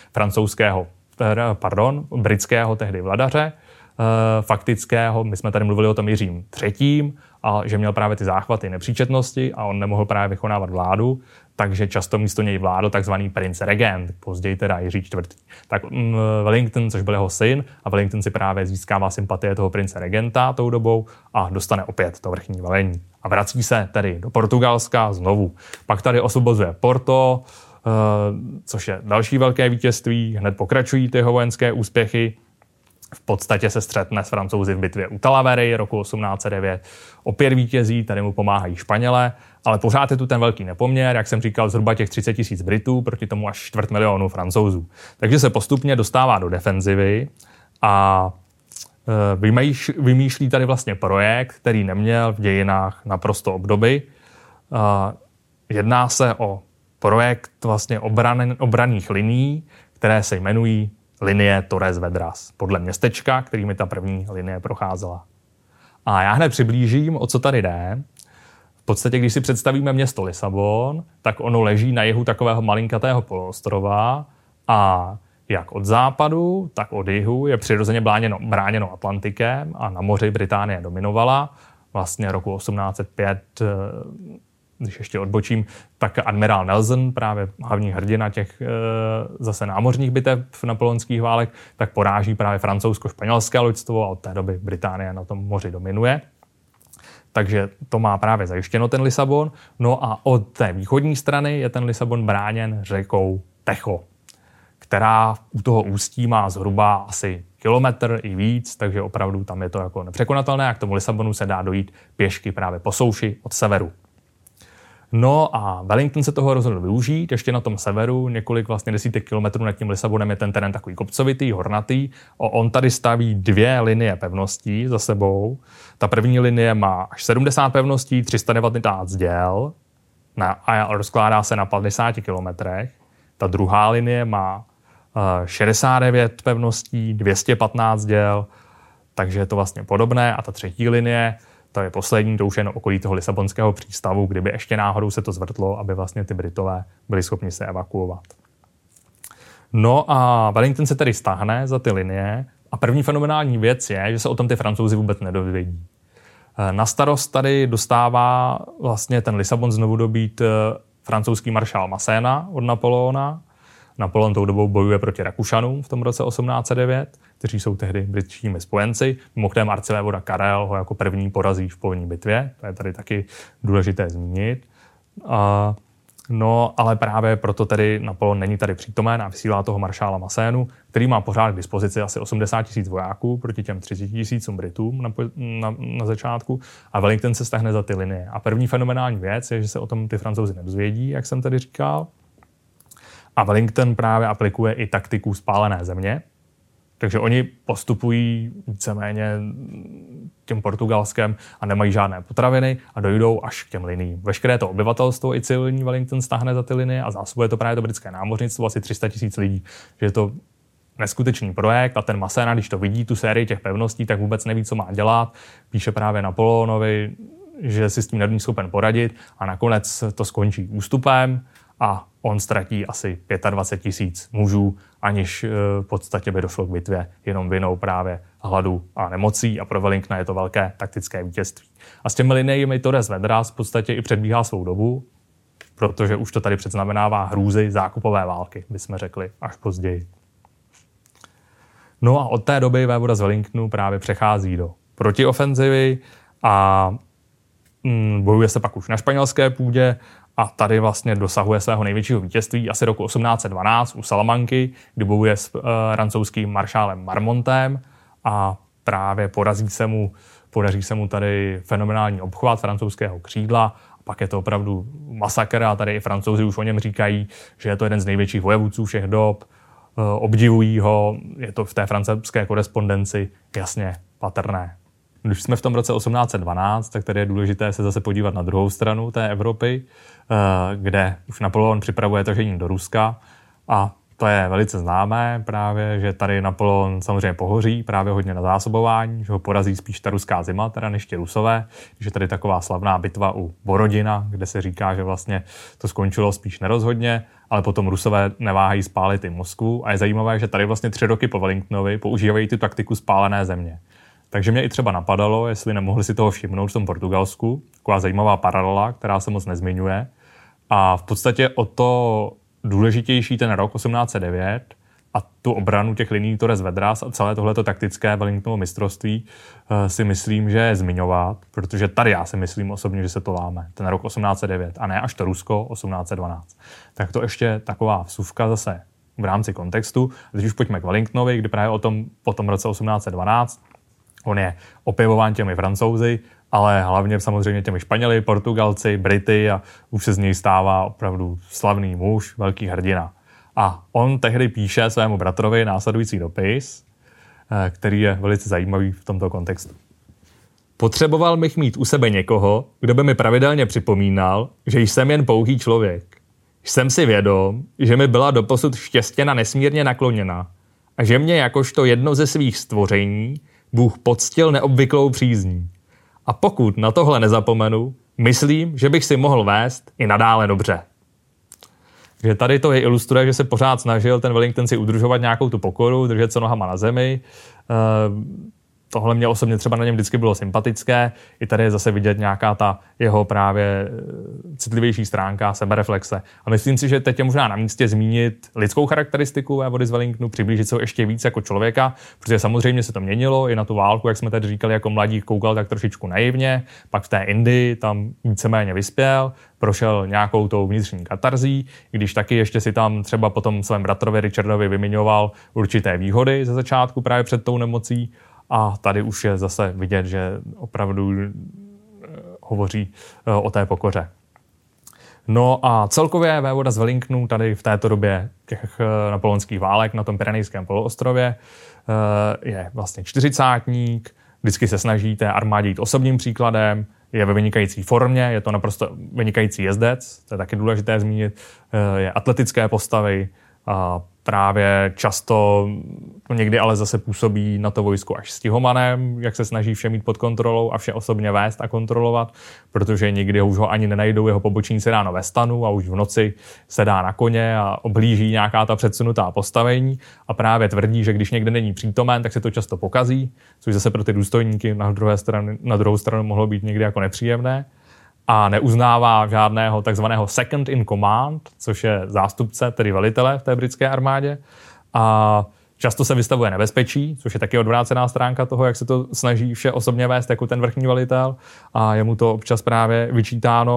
britského tehdy vladaře, faktického. My jsme tady mluvili o tom Jiřím III. A že měl právě ty záchvaty nepříčetnosti a on nemohl právě vykonávat vládu, takže často místo něj vládl takzvaný prince regent, později teda Jiří IV. Tak Wellington, což byl jeho syn, a Wellington si právě získává sympatie toho prince regenta tou dobou a dostane opět to vrchní velení. A vrací se tedy do Portugalska znovu. Pak tady osvobozuje Porto, což je další velké vítězství, hned pokračují ty jeho vojenské úspěchy. V podstatě se střetne s Francouzi v bitvě u Talavery roku 1809. Opět vítězí, tady mu pomáhají Španělé, ale pořád je tu ten velký nepoměr, jak jsem říkal, zhruba těch 30 000 Britů proti tomu až 250 000 Francouzů. Takže se postupně dostává do defenzivy a vymýšlí tady vlastně projekt, který neměl v dějinách naprosto obdoby. Jedná se o projekt vlastně obranných linií, které se jmenují linie Torres Vedras, podle městečka, kterými ta první linie procházela. A já hned přiblížím, o co tady jde. V podstatě, když si představíme město Lisabon, tak ono leží na jihu takového malinkatého poloostrova a jak od západu, tak od jihu je přirozeně bráněno Atlantikem a na moři Británie dominovala. Vlastně roku 1805, když ještě odbočím, tak admirál Nelson, právě hlavní hrdina těch zase námořních bitev napoleonských válek, tak poráží právě francouzsko-španělské loďstvo a od té doby Británie na tom moři dominuje. Takže to má právě zajištěno ten Lisabon. No a od té východní strany je ten Lisabon bráněn řekou Techo, která u toho ústí má zhruba asi kilometr i víc, takže opravdu tam je to jako nepřekonatelné a k tomu Lisabonu se dá dojít pěšky právě po souši od severu. No a Wellington se toho rozhodl využít, ještě na tom severu, několik vlastně desítek kilometrů nad tím Lisabonem je ten terén takový kopcovitý, hornatý. On tady staví 2 linie pevností za sebou. Ta první linie má až 70 pevností, 319 děl a rozkládá se na 50 kilometrech. Ta druhá linie má 69 pevností, 215 děl, takže je to vlastně podobné. A ta třetí linie, to je poslední, to už je na okolí toho lisabonského přístavu, kdyby ještě náhodou se to zvrtlo, aby vlastně ty Britové byli schopni se evakuovat. No a Wellington se tedy stáhne za ty linie a první fenomenální věc je, že se o tom ty Francouzi vůbec nedovědí. Na starost tady dostává vlastně ten Lisabon znovu dobít francouzský maršál Masséna od Napoleona. Napoleon tou dobou bojuje proti Rakušanům v tom roce 1809, kteří jsou tehdy britskými spojenci. Mimochodem arcivévoda Karel ho jako první porazí v polní bitvě, to je tady taky důležité zmínit. A No, ale právě proto tedy Napoleon není tady přítomen a vysílá toho maršála Massénu, který má pořád k dispozici asi 80 000 vojáků proti těm 30 000 Britům na začátku a Wellington se stáhne za ty linie. A první fenomenální věc je, že se o tom ty Francouzi nedozvědí, jak jsem tady říkal. A Wellington právě aplikuje i taktiku spálené země. Takže oni postupují víceméně tím Portugalskem a nemají žádné potraviny a dojdou až k těm liniím. Veškeré to obyvatelstvo i civilní Wellington stáhne za ty linie a zásobuje to právě to britské námořnictvo asi 300 000 lidí. Že je to neskutečný projekt a ten Massena, když to vidí, tu sérii těch pevností, tak vůbec neví, co má dělat. Píše právě Napoleonovi, že si s tím není schopen poradit a nakonec to skončí ústupem a on ztratí asi 25 000 mužů, aniž v podstatě by došlo k bitvě, jenom vinou právě hladu a nemocí a pro Wellingtona je to velké taktické vítězství. A s těmi liniemi Torres Vedras v podstatě i předbíhá svou dobu, protože už to tady předznamenává hrůzy zákupové války, bychom řekli až později. No a od té doby vévoda z Wellingtonu právě přechází do protiofenzivy a bojuje se pak už na španělské půdě a tady vlastně dosahuje svého největšího vítězství asi roku 1812 u Salamanky, kdy bojuje s francouzským maršálem Marmontem a právě podaří se mu tady fenomenální obchvat francouzského křídla. A pak je to opravdu masakr a tady i Francouzi už o něm říkají, že je to jeden z největších vojevůdců všech dob, obdivují ho, je to v té francouzské korespondenci jasně patrné. Když jsme v tom roce 1812, tak tady je důležité se zase podívat na druhou stranu té Evropy, kde už Napoleon připravuje tažení do Ruska a to je velice známé právě, že tady Napoleon samozřejmě pohoří právě hodně na zásobování, že ho porazí spíš ta ruská zima, teda než ti Rusové, že je tady taková slavná bitva u Borodina, kde se říká, že vlastně to skončilo spíš nerozhodně, ale potom Rusové neváhají spálit i Moskvu a je zajímavé, že tady vlastně 3 roky po Wellingtonovi používají tu taktiku spálené země. Takže mě i třeba napadalo, jestli nemohli si toho všimnout v tom Portugalsku, taková zajímavá paralela, která se moc nezmiňuje. A v podstatě o to důležitější ten rok 1809 a tu obranu těch linií Torres Vedras a celé tohleto taktické Wellingtonovo mistrovství si myslím, že je zmiňovat, protože tady já si myslím osobně, že se to láme. Ten rok 1809 a ne až to Rusko 1812. Tak to ještě taková vsuvka zase v rámci kontextu. A teď už pojďme k Wellingtonovi, kdy právě po tom roce 1812 on je opěvován těmi Francouzi, ale hlavně samozřejmě těmi Španěli, Portugalci, Brity a už se z něj stává opravdu slavný muž, velký hrdina. A on tehdy píše svému bratrovi následující dopis, který je velice zajímavý v tomto kontextu. Potřeboval bych mít u sebe někoho, kdo by mi pravidelně připomínal, že jsem jen pouhý člověk. Jsem si vědom, že mi byla doposud štěstěna nesmírně nakloněna a že mě jakožto jedno ze svých stvoření Bůh poctil neobvyklou přízní. A pokud na tohle nezapomenu, myslím, že bych si mohl vést i nadále dobře. Že tady to je ilustruje, že se pořád snažil ten Wellington si udržovat nějakou tu pokoru, držet se nohama na zemi. Tohle mě osobně třeba na něm vždycky bylo sympatické. I tady je zase vidět nějaká ta jeho právě citlivější stránka, sebereflexe. A myslím si, že teď je možná na místě zmínit lidskou charakteristiku vévody z Wellingtonu, přiblížit se ho ještě víc jako člověka, protože samozřejmě se to měnilo i na tu válku, jak jsme tady říkali, jako mladík koukal tak trošičku naivně, pak v té Indii tam víceméně vyspěl, prošel nějakou tou vnitřní katarzí, když taky ještě si tam třeba potom svém bratrovi Richardovi vymiňoval určité výhody ze začátku právě před tou nemocí. A tady už je zase vidět, že opravdu hovoří o té pokoře. No a celkově vévoda z Wellingtonu tady v této době těch napoleonských válek na tom Pyrenejském poloostrově je vlastně 40-tník, vždycky se snaží té armádě jít osobním příkladem, je ve vynikající formě, je to naprosto vynikající jezdec, to je taky důležité zmínit, je atletické postavy, a právě často někdy ale zase působí na to vojsko až stihomanem, jak se snaží vše mít pod kontrolou a vše osobně vést a kontrolovat, protože někdy už ho ani nenajdou jeho pobočníci ráno ve stanu a už v noci se dá na koně a oblíží nějaká ta předsunutá postavení a právě tvrdí, že když někde není přítomen, tak se to často pokazí, což zase pro ty důstojníky na druhou stranu mohlo být někdy jako nepříjemné. A neuznává žádného takzvaného second in command, což je zástupce, tedy velitele v té britské armádě. A často se vystavuje nebezpečí, což je taky odvrácená stránka toho, jak se to snaží vše osobně vést jako ten vrchní velitel. A je mu to občas právě vyčítáno.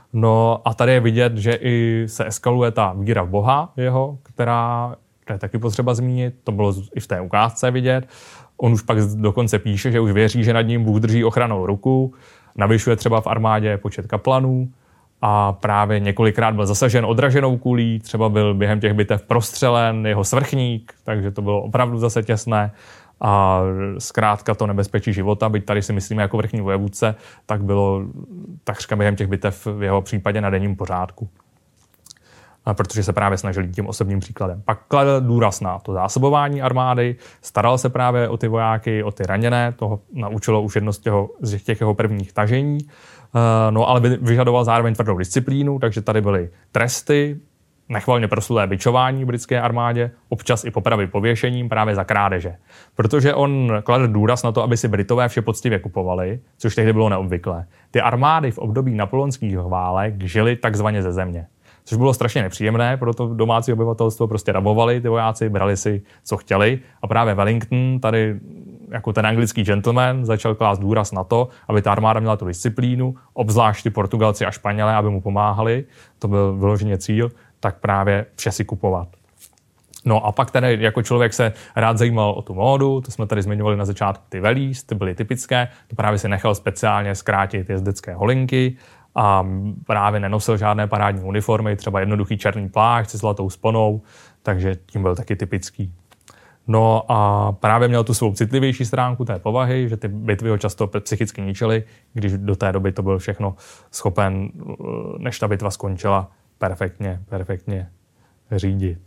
No a tady je vidět, že i se eskaluje ta víra v Boha jeho, která je taky potřeba zmínit, to bylo i v té ukázce vidět. On už pak dokonce píše, že už věří, že nad ním Bůh drží ochrannou ruku, navyšuje třeba v armádě počet kaplanů a právě několikrát byl zasažen odraženou kulí, třeba byl během těch bitev prostřelen jeho svrchník, takže to bylo opravdu zase těsné. A zkrátka to nebezpečí života, byť tady si myslíme jako vrchní vojevůdce, tak bylo takřka během těch bitev v jeho případě na denním pořádku. Protože se právě snažili tím osobním příkladem. Pak kladl důraz na to zásobování armády, staral se právě o ty vojáky, o ty raněné, toho naučilo už jedno z těch jeho prvních tažení, no ale vyžadoval zároveň tvrdou disciplínu, takže tady byly tresty, nechvalně proslulé bičování v britské armádě, občas i popravy pověšením právě za krádeže. Protože on kladl důraz na to, aby si Britové vše poctivě kupovali, což tehdy bylo neobvyklé. Ty armády v období napoleonských válek žily takzvaně ze země. Což bylo strašně nepříjemné, proto domácí obyvatelstvo prostě rabovali ty vojáci, brali si, co chtěli. A právě Wellington, tady jako ten anglický gentleman, začal klást důraz na to, aby ta armáda měla tu disciplínu, obzvlášť ty Portugalci a Španělé, aby mu pomáhali. To byl vyloženě cíl, tak právě vše si kupovat. No a pak tady jako člověk se rád zajímal o tu módu, to jsme tady zmiňovali na začátku, ty velíz, ty byly typické, to právě si nechal speciálně zkrátit jezdecké holinky, a právě nenosil žádné parádní uniformy, třeba jednoduchý černý plášť se zlatou sponou, takže tím byl taky typický. No a právě měl tu svou citlivější stránku té povahy, že ty bitvy ho často psychicky ničily, když do té doby to byl všechno schopen, než ta bitva skončila, perfektně řídit.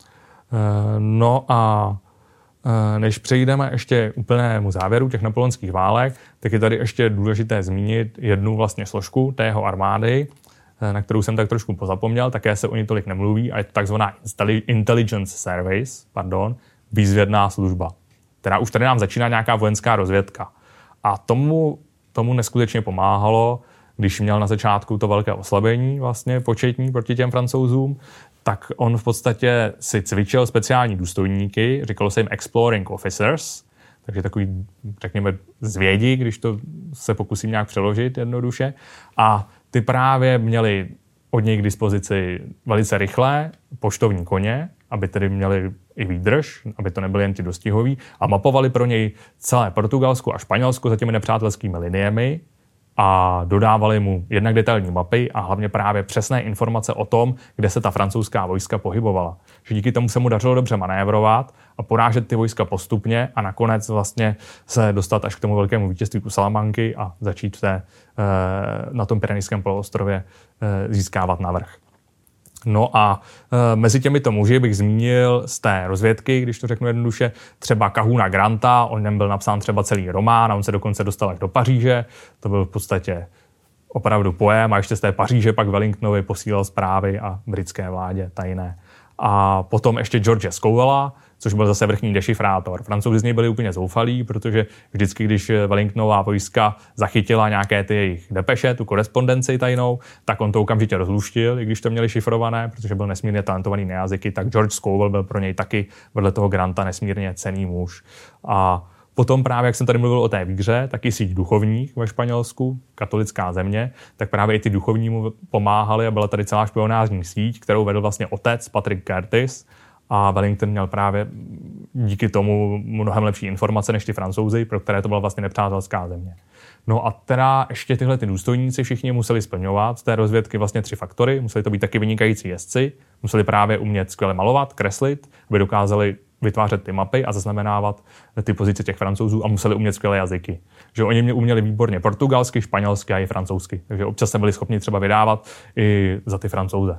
No a než přejdeme ještě k úplnému závěru těch napoleonských válek, tak je tady ještě důležité zmínit jednu vlastně složku té jeho armády, na kterou jsem tak trošku pozapomněl, také se o ní tolik nemluví, a je to takzvaná Intelligence Service, výzvědná služba, která už tady nám začíná nějaká vojenská rozvědka. A tomu neskutečně pomáhalo, když měl na začátku to velké oslabení vlastně početní proti těm Francouzům, tak on v podstatě si cvičil speciální důstojníky, říkalo se jim exploring officers, takže takový, řekněme, zvědi, když to se pokusím nějak přeložit jednoduše. A ty právě měli od něj k dispozici velice rychlé poštovní koně, aby tedy měli i výdrž, aby to nebyly jen ti dostihoví, a mapovali pro něj celé Portugalsko a Španělsko za těmi nepřátelskými liniemi, a dodávali mu jednak detailní mapy a hlavně právě přesné informace o tom, kde se ta francouzská vojska pohybovala. Že díky tomu se mu dařilo dobře manévrovat a porážet ty vojska postupně a nakonec vlastně se dostat až k tomu velkému vítězství u Salamanky a začít na tom Pyrenejském poloostrově získávat navrch. No a mezi těmito muži bych zmínil z té rozvědky, když to řeknu jednoduše, třeba Kahuna Granta, o něm byl napsán třeba celý román a on se dokonce dostal až do Paříže. To byl v podstatě opravdu pojem a ještě z té Paříže pak Wellingtonovi posílal zprávy a britské vládě tajné. A potom ještě George Scovella, což byl zase vrchní dešifrátor. Francouzi z něj byli úplně zoufalí, protože vždycky, když Wellingtonová vojska zachytila nějaké ty jejich depeše, tu korespondenci tajnou, tak on to okamžitě rozluštil, i když to měli šifrované, protože byl nesmírně talentovaný na jazyky, tak George Scovell byl pro něj taky vedle toho Granta nesmírně cenný muž. A potom právě, jak jsem tady mluvil o té víře, taky síť duchovních ve Španělsku, katolická země, tak právě i ty duchovní mu pomáhali a byla tady celá špionážní síť, kterou vedl vlastně otec Patrick Curtis, a Wellington měl právě díky tomu mnohem lepší informace než ty Francouzi, pro které to byla vlastně nepřátelská země. No a teda ještě tyhle ty důstojníci všichni museli splňovat z té rozvědky vlastně 3 faktory. Museli to být taky vynikající jezdci, museli právě umět skvěle malovat, kreslit, aby dokázali vytvářet ty mapy a zaznamenávat ty pozice těch Francouzů, a museli umět skvělé jazyky. Že oni uměli výborně portugalsky, španělsky a i francouzsky. Takže občas se byli schopni třeba vydávat i za ty Francouze.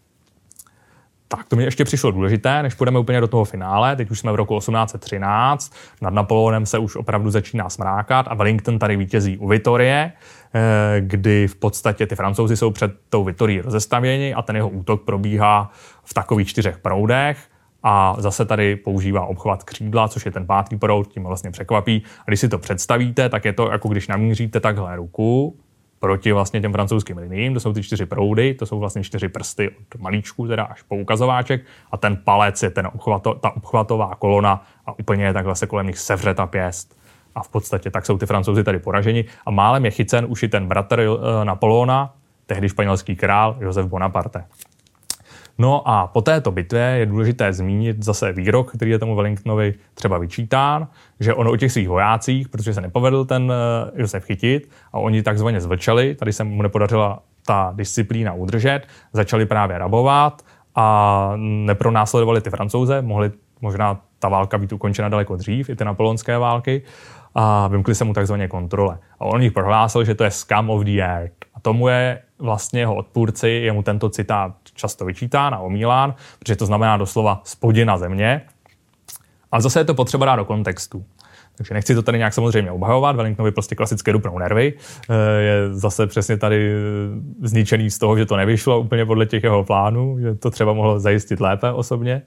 Tak to mi ještě přišlo důležité, než půjdeme úplně do toho finále. Teď už jsme v roku 1813, nad Napoleonem se už opravdu začíná smrákat a Wellington tady vítězí u Vittorie, kdy v podstatě ty Francouzi jsou před tou Vittorií rozestavěni a ten jeho útok probíhá v takových 4 proudech. A zase tady používá obchvat křídla, což je ten 5. proud, tím vlastně překvapí. A když si to představíte, tak je to jako když namíříte takhle ruku proti vlastně těm francouzským liniím, to jsou ty 4 proudy, to jsou vlastně 4 prsty od malíčku teda až po ukazováček, a ten palec je ta obchvatová kolona a úplně takhle se kolem nich sevře ta pěst. A v podstatě tak jsou ty Francouzi tady poraženi a málem je chycen už i ten bratr Napoleona, tehdy španělský král Josef Bonaparte. No a po této bitvě je důležité zmínit zase výrok, který je tomu Wellingtonovi třeba vyčítán, že on o těch svých vojácích, protože se nepovedl ten Josef chytit a oni takzvaně zvlčeli, tady se mu nepodařila ta disciplína udržet, začali právě rabovat a nepronásledovali ty Francouze, mohli možná ta válka být ukončena daleko dřív, i ty napoleonské války, a vymkli se mu takzvaně kontrole. A on jich prohlásil, že to je scum of the earth. A tomu je vlastně jeho odpůrci, je mu tento citát často vyčítán a omílán, protože to znamená doslova spodina země. Ale zase je to potřeba dát do kontextu. Takže nechci to tady nějak samozřejmě obhajovat, Wellingtonovi prostě klasické dupnou nervy. Je zase přesně tady zničený z toho, že to nevyšlo úplně podle těch jeho plánů, že to třeba mohlo zajistit lépe osobně.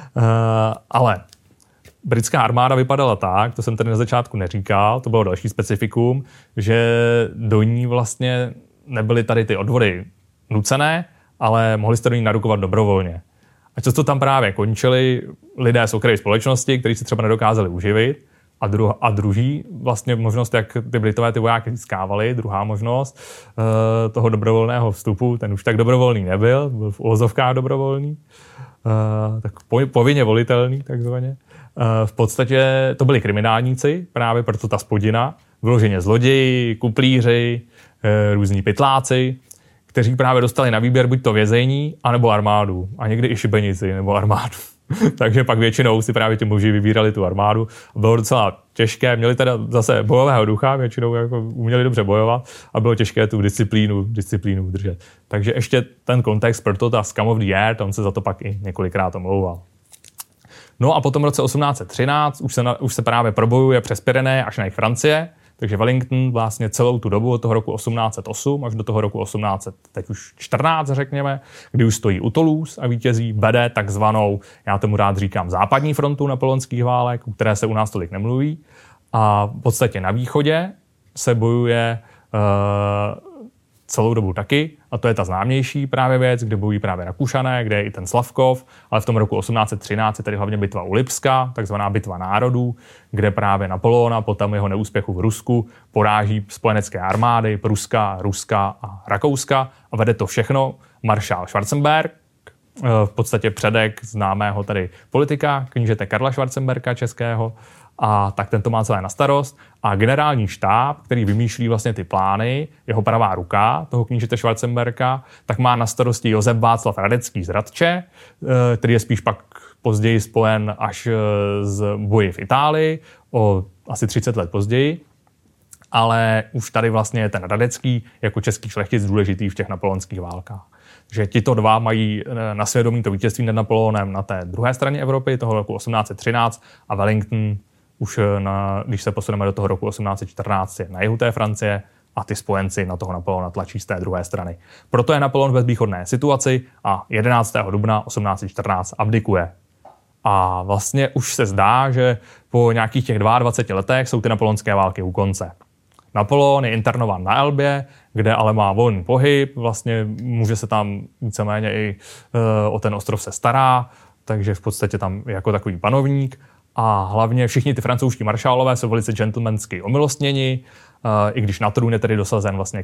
Ale britská armáda vypadala tak, to jsem tady na začátku neříkal, to bylo další specifikum, že do ní vlastně nebyly tady ty odvody nucené, ale mohli jste do ní narukovat dobrovolně. A často tam právě končili lidé z okraje společnosti, kteří se třeba nedokázali uživit. A druhý vlastně možnost, jak ty Britové ty vojáky získávali, druhá možnost toho dobrovolného vstupu, ten už tak dobrovolný nebyl, byl v uvozovkách dobrovolný, tak povinně volitelný takzvaně. V podstatě to byli kriminálníci, právě proto ta spodina, vyloženě zloději, kuplíři, různí pytláci, kteří právě dostali na výběr buď to vězení, anebo armádu. A někdy i šibenici nebo armádu. Takže pak většinou si právě ti muži vybírali tu armádu. Bylo docela těžké, měli teda zase bojového ducha, většinou jako uměli dobře bojovat a bylo těžké tu disciplínu udržet. Takže ještě ten kontext, proto ta scum of the earth, on se za to pak i několikrát omlouval. No a potom v roce 1813 už se právě probojuje přes Pyreneje až na jih Francie, takže Wellington vlastně celou tu dobu od toho roku 1808 až do toho roku 1814, řekněme, kdy už stojí u Toulouse a vítězí, vede takzvanou, já tomu rád říkám, západní frontu napoleonských válek, o které se u nás tolik nemluví. A v podstatě na východě se bojuje celou dobu taky, a to je ta známější právě věc, kde bojují právě Rakušané, kde je i ten Slavkov, ale v tom roku 1813 je tady hlavně bitva u Lipska, takzvaná bitva národů, kde právě Napoleona po tom jeho neúspěchu v Rusku poráží spojenecké armády Pruska, Ruska a Rakouska a vede to všechno maršál Schwarzenberg, v podstatě předek známého tady politika, knížete Karla Schwarzenberga českého, a tak ten to má celé na starost. A generální štáb, který vymýšlí vlastně ty plány, jeho pravá ruka, toho knížete Schwarzenberga, tak má na starosti Josef Václav Radecký z Radče, který je spíš pak později spojen až z boji v Itálii, o asi 30 let později. Ale už tady vlastně je ten Radecký jako český šlechtic důležitý v těch napoleonských válkách. Že tito dva mají na svědomí to vítězství nad Napoleonem na té druhé straně Evropy, toho roku 1813, a Wellington už když se posuneme do toho roku 1814 je na jihu té Francie a ty spojenci na toho Napoleona tlačí z té druhé strany. Proto je Napoleon ve bezvýchodné situaci a 11. dubna 1814 abdikuje. A vlastně už se zdá, že po nějakých těch 22 letech jsou ty napoleonské války u konce. Napoleon je internován na Elbě, kde ale má volný pohyb, vlastně může se tam víceméně i o ten ostrov se stará, takže v podstatě tam jako takový panovník. A hlavně všichni ty francouzští maršálové jsou velice gentlemansky omilostněni, i když na trůn je tedy dosazen vlastně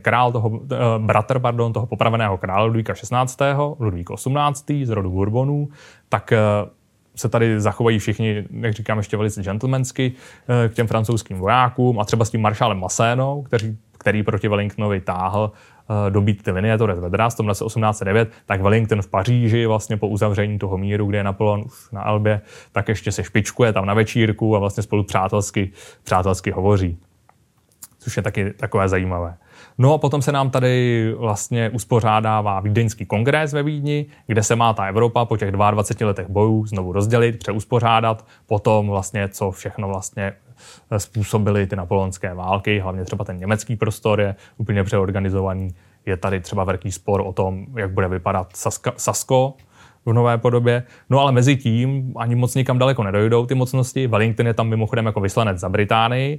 bratr toho popraveného krále Ludvíka XVI., Ludvík XVIII. Z rodu Bourbonů, tak se tady zachovají všichni, jak říkám, ještě velice gentlemansky k těm francouzským vojákům a třeba s tím maršálem Massénou, který proti Wellingtonovi táhl dobít ty linie Torres Vedras v tom roce 1809, tak Wellington v Paříži vlastně po uzavření toho míru, kde je Napoleon už na Elbě, tak ještě se špičkuje tam na večírku a vlastně spolu přátelsky hovoří. Což je taky takové zajímavé. No a potom se nám tady vlastně uspořádává Vídeňský kongres ve Vídni, kde se má ta Evropa po těch 22 letech bojů znovu rozdělit, přeuspořádat, potom vlastně co všechno vlastně způsobily ty napoleonské války, hlavně třeba ten německý prostor je úplně přeorganizovaný. Je tady třeba velký spor o tom, jak bude vypadat Sasko v nové podobě. No ale mezi tím ani moc nikam daleko nedojdou ty mocnosti. Wellington je tam mimochodem jako vyslanec za Británii.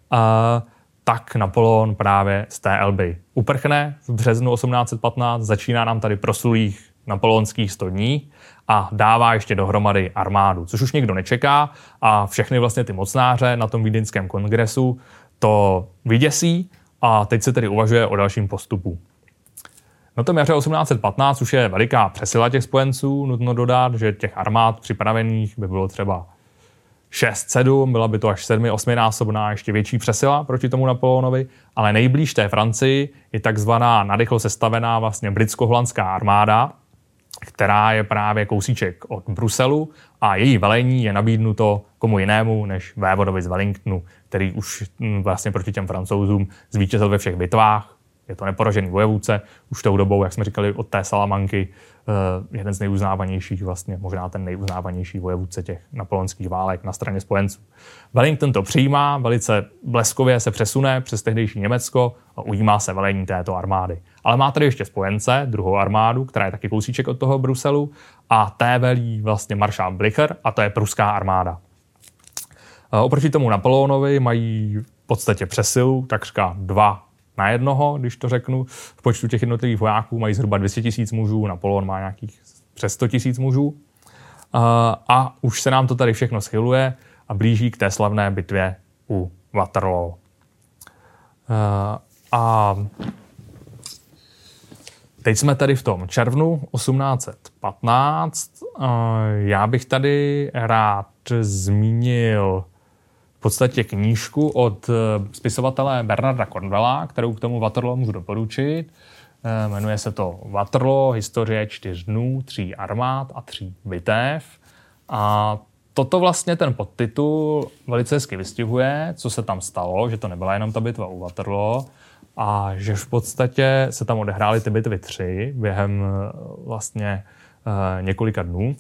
Tak Napoleon právě z té Elby uprchne v březnu 1815, začíná nám tady proslulých napoleonských 100 dní a dává ještě dohromady armádu, což už nikdo nečeká a všechny vlastně ty mocnáře na tom Vídeňském kongresu to vyděsí a teď se tedy uvažuje o dalším postupu. Na tom jaře 1815 už je veliká přesila těch spojenců, nutno dodat, že těch armád připravených by bylo třeba 6-7, byla by to až 7-8 násobná ještě větší přesila proti tomu Napoleonovi, ale nejblíž té Francii je takzvaná narychlo sestavená vlastně britsko-holandská armáda, která je právě kousíček od Bruselu a její velení je nabídnuto komu jinému než vévodovi z Wellingtonu, který už vlastně proti těm Francouzům zvítězil ve všech bitvách. Je to neporažený vojevůdce, už tou dobou, jak jsme říkali, od té Salamanky, jeden z nejuznávanějších, vlastně možná ten nejuznávanější vojevůdce těch napoleonských válek na straně spojenců. Wellington to přijímá, velice bleskově se přesune přes tehdejší Německo a ujímá se velení této armády. Ale má tady ještě spojence, druhou armádu, která je taky kousíček od toho Bruselu a té velí vlastně maršál Bligher a to je pruská armáda. Oproti tomu Napoleonovi mají v podstatě přesilu, takřka 2:1, když to řeknu. V počtu těch jednotlivých vojáků mají zhruba 200 000 mužů, Napoleon má nějakých přes 100 000 mužů. A už se nám to tady všechno schyluje a blíží k té slavné bitvě u Waterloo. A teď jsme tady v tom červnu 1815. Já bych tady rád zmínil v podstatě knížku od spisovatele Bernarda Cornwella, kterou k tomu Waterloo můžu doporučit. Jmenuje se to Waterloo, historie 4 dnů, 3 armád a 3 bitev. A toto vlastně ten podtitul velice hezky vystihuje, co se tam stalo, že to nebyla jenom ta bitva u Waterloo a že v podstatě se tam odehrály ty bitvy 3 během vlastně několika dnů.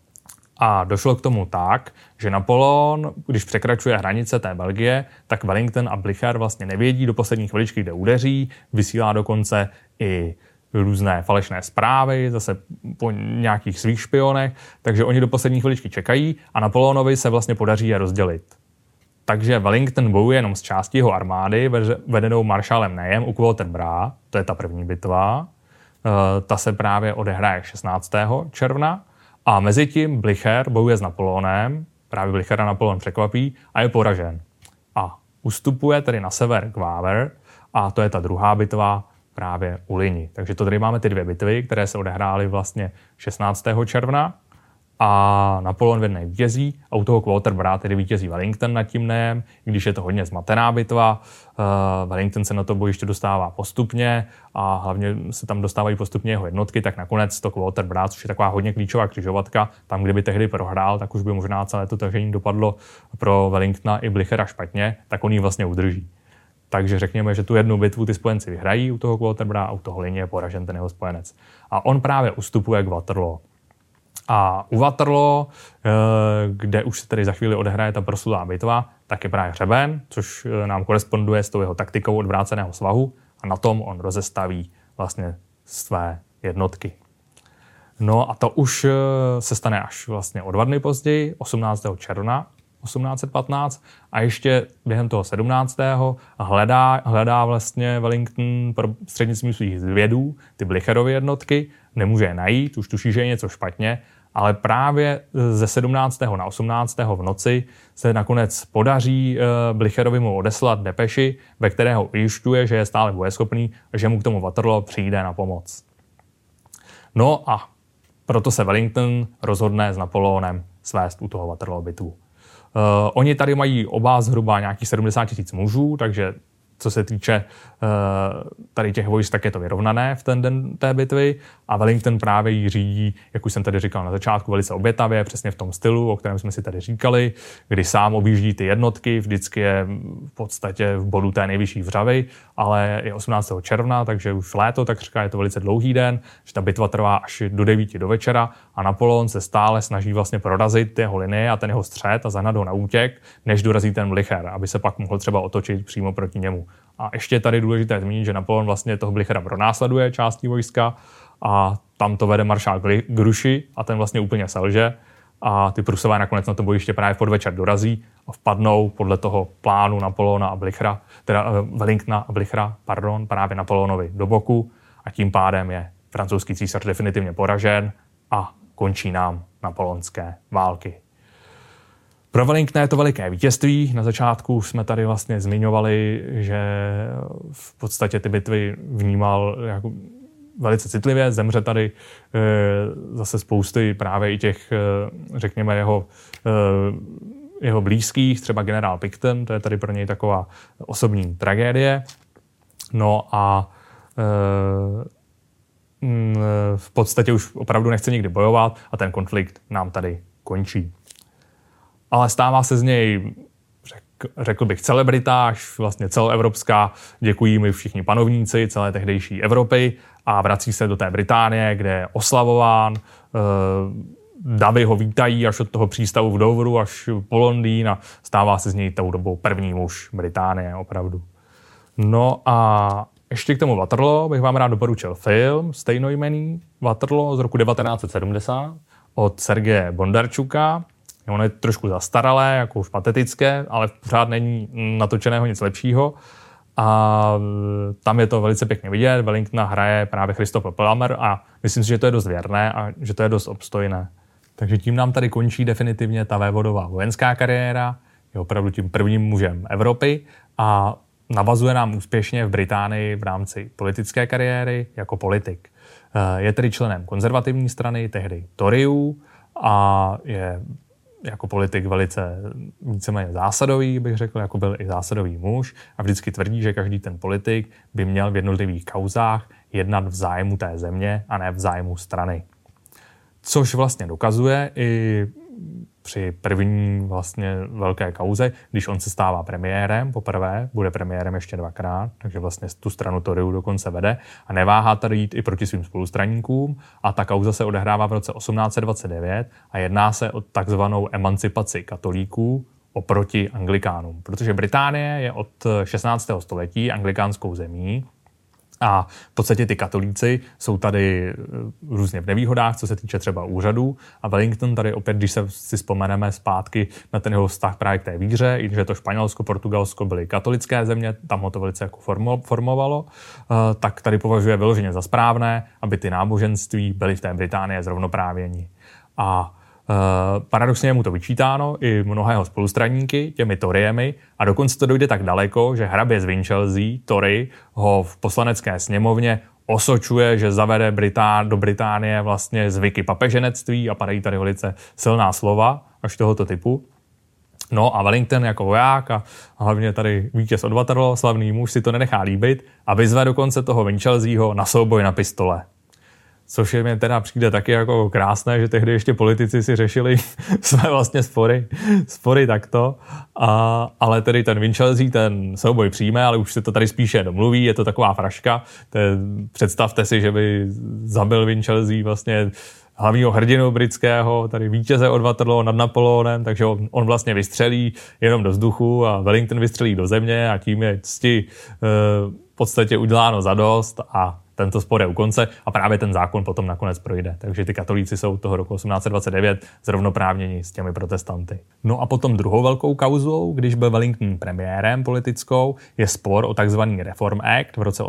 A došlo k tomu tak, že Napoleon, když překračuje hranice té Belgie, tak Wellington a Bligher vlastně nevědí do poslední chviličky, kde udeří, vysílá dokonce i různé falešné zprávy, zase po nějakých svých špionech, takže oni do poslední chviličky čekají a Napoleonovi se vlastně podaří je rozdělit. Takže Wellington bojuje jenom z části jeho armády, vedenou maršálem Neyem u Quaterbra, to je ta první bitva, ta se právě odehraje 16. června, a mezi tím Bligher bojuje s Napoleonem, právě Blighera Napoleon překvapí a je poražen. A ustupuje tedy na sever k Wavre a to je ta druhá bitva právě u Ligny. Takže to tady máme ty 2 bitvy, které se odehrály vlastně 16. června a Napoleon v jedné vítězí a u toho Quaterbra tedy vítězí Wellington nad tím Neyem, i když je to hodně zmatená bitva. Wellington se na to bojiště dostává postupně a hlavně se tam dostávají postupně jeho jednotky, tak nakonec to Quaterbra, což je taková hodně klíčová křižovatka, tam kdyby tehdy prohrál, tak už by možná celé to tažení dopadlo pro Wellingtona i Blighera špatně, tak on ji vlastně udrží. Takže řekněme, že tu jednu bitvu ty spojenci vyhrají u toho Quaterbra a u toho Ligny je poražen ten jeho spojenec. A on právě ustupuje k Waterloo. A u Waterloo, kde už se tedy za chvíli odehraje ta proslulá bitva, tak je právě hřeben, což nám koresponduje s tou jeho taktikou odvráceného svahu a na tom on rozestaví vlastně své jednotky. No a to už se stane až vlastně o 2 dny později, 18. června 1815 a ještě během toho 17. hledá vlastně Wellington prostřednictvím svých zvědů ty Blicherovy jednotky, nemůže je najít, už tuší, že je něco špatně, ale právě ze 17. na 18. v noci se nakonec podaří Blicherovi mu odeslat depeši, ve které ho ujišťuje, že je stále bojeschopný a že mu k tomu Waterloo přijde na pomoc. No a proto se Wellington rozhodne s Napoleonem svést u toho Waterloo bitvu. Oni tady mají oba zhruba nějakých 70 000 mužů, takže co se týče tady těch vojsk, tak je to vyrovnané v ten den té bitvy a Wellington právě ji řídí, jak už jsem tady říkal na začátku, velice obětavě, přesně v tom stylu, o kterém jsme si tady říkali, kdy sám objíždí ty jednotky, vždycky je v podstatě v bodu té nejvyšší vřavy, ale je 18. června, takže už léto, tak říká, je to velice dlouhý den, že ta bitva trvá až do 9 do večera a Napoleon se stále snaží vlastně prorazit jeho linie a ten jeho střed a zahnat ho na útěk, než dorazí ten Bligher, aby se pak mohl třeba otočit přímo proti němu. A ještě je tady důležité zmínit, že Napoleon vlastně toho Blichera pronásleduje částí vojska a tam to vede maršál Grouchy a ten vlastně úplně selže a ty Prusové nakonec na to bojiště právě v podvečer dorazí a vpadnou podle toho plánu Napoleona a Blichera, teda Wellingtona a Blichera, právě Napoleonovi do boku a tím pádem je francouzský císař definitivně poražen a končí nám napoleonské války. Pro Wellingtona je to veliké vítězství. Na začátku jsme tady vlastně zmiňovali, že v podstatě ty bitvy vnímal jako velice citlivě, zemře tady zase spousty právě i těch, řekněme, jeho blízkých, třeba generál Picton, to je tady pro něj taková osobní tragédie. No a v podstatě už opravdu nechce nikdy bojovat a ten konflikt nám tady končí. Ale stává se z něj, řekl bych, celebrita, až vlastně celoevropská, děkují mi všichni panovníci celé tehdejší Evropy a vrací se do té Británie, kde je oslavován. Davy ho vítají až od toho přístavu v Doveru až po Londýn a stává se z něj tou dobou první muž Británie, opravdu. No a ještě k tomu Waterloo bych vám rád doporučil film stejnojmenný Waterloo z roku 1970 od Sergeje Bondarčuka. Ono je trošku zastaralé, jako už patetické, ale pořád není natočeného nic lepšího. A tam je to velice pěkně vidět. Wellingtona hraje právě Christopher Plummer a myslím si, že to je dost věrné a že to je dost obstojné. Takže tím nám tady končí definitivně ta vévodová vojenská kariéra. Je opravdu tím prvním mužem Evropy a navazuje nám úspěšně v Británii v rámci politické kariéry jako politik. Je tedy členem konzervativní strany, tehdy Toryů, a je jako politik velice víceméně zásadový, bych řekl, jako byl i zásadový muž a vždycky tvrdí, že každý ten politik by měl v jednotlivých kauzách jednat v zájmu té země a ne v zájmu strany. Což vlastně dokazuje i při první vlastně velké kauze, když on se stává premiérem poprvé, bude premiérem ještě dvakrát, takže vlastně tu stranu Toryů dokonce vede a neváhá tady jít i proti svým spolustraníkům a ta kauza se odehrává v roce 1829 a jedná se o takzvanou emancipaci katolíků oproti anglikánům, protože Británie je od 16. století anglikánskou zemí. A v podstatě ty katolíci jsou tady různě v nevýhodách, co se týče třeba úřadů. A Wellington tady opět, když si vzpomeneme zpátky na ten jeho vztah právě k té víře, i že to Španělsko, Portugalsko byly katolické země, tam ho to velice jako formovalo, tak tady považuje vyloženě za správné, aby ty náboženství byly v té Británii zrovnoprávěni. A paradoxně je mu to vyčítáno i mnohého spolustraníky těmi Toryemi a dokonce to dojde tak daleko, že hrabě z Winchelsea, Tory, ho v poslanecké sněmovně osočuje, že zavede do Británie vlastně zvyky papeženectví a padají tady velice silná slova až tohoto typu. No a Wellington jako voják a hlavně tady vítěz od Waterloo, slavný muž, si to nenechá líbit a vyzve dokonce toho Winchelseaho na souboj na pistole. Což je mi teda přijde taky jako krásné, že tehdy ještě politici si řešili své vlastně spory takto. Ale tedy ten Winchelsea ten souboj přijme, ale už se to tady spíše domluví, je to taková fraška. Představte si, že by zabil Winchelsea vlastně hlavního hrdinu britského, tady vítěze od Waterloo nad Napoleonem, takže on vlastně vystřelí jenom do vzduchu a Wellington vystřelí do země a tím je cti v podstatě uděláno zadost a tento spor je u konce a právě ten zákon potom nakonec projde. Takže ty katolíci jsou toho roku 1829 zrovnoprávněni s těmi protestanty. No a potom druhou velkou kauzou, když byl Wellington premiérem politickou, je spor o takzvaný Reform Act v roce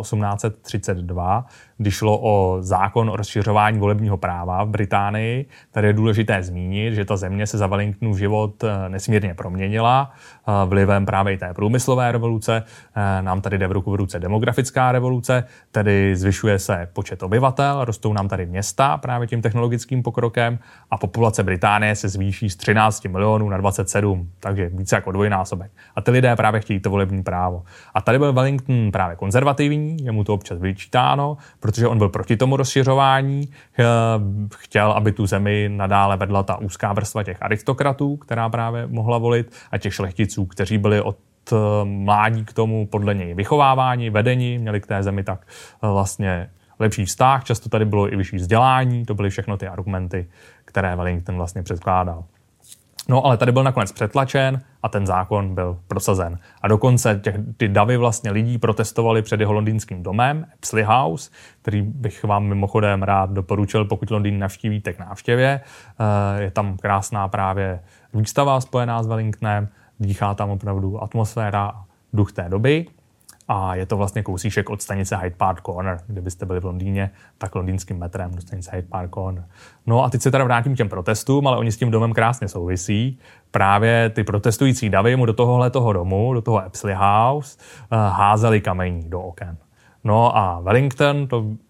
1832, kdy šlo o zákon o rozšiřování volebního práva v Británii. Tady je důležité zmínit, že ta země se za Wellingtonův život nesmírně proměnila vlivem právě i té průmyslové revoluce. Nám tady jde v ruku v ruce demografická revoluce, tedy zvyšuje se počet obyvatel, rostou nám tady města právě tím technologickým pokrokem a populace Británie se zvýší z 13 milionů na 27, takže více jako dvojnásobek. A ty lidé právě chtějí to volební právo. A tady byl Wellington právě konzervativní, je mu to občas vyčítáno, protože on byl proti tomu rozšiřování, chtěl, aby tu zemi nadále vedla ta úzká vrstva těch aristokratů, která právě mohla volit, a těch šlechticů, kteří byli od mládí k tomu podle něj vychovávání, vedení, měli k té zemi tak vlastně lepší vztah, často tady bylo i vyšší vzdělání, to byly všechno ty argumenty, které Wellington vlastně předkládal. No ale tady byl nakonec přetlačen a ten zákon byl prosazen. A dokonce ty davy vlastně lidí protestovali před jeho londýnským domem, Apsley House, který bych vám mimochodem rád doporučil, pokud Londýn navštívíte k návštěvě. Je tam krásná právě výstava spojená s Wellingtonem, dýchá tam opravdu atmosféra a duch té doby. A je to vlastně kousíček od stanice Hyde Park Corner. Kdybyste byli v Londýně, tak londýnským metrem do stanice Hyde Park Corner. No a teď se teda vrátím k těm protestům, ale oni s tím domem krásně souvisí. Právě ty protestující davy mu do tohohletoho domu, do toho Apsley House, házeli kamení do oken. No a Wellington to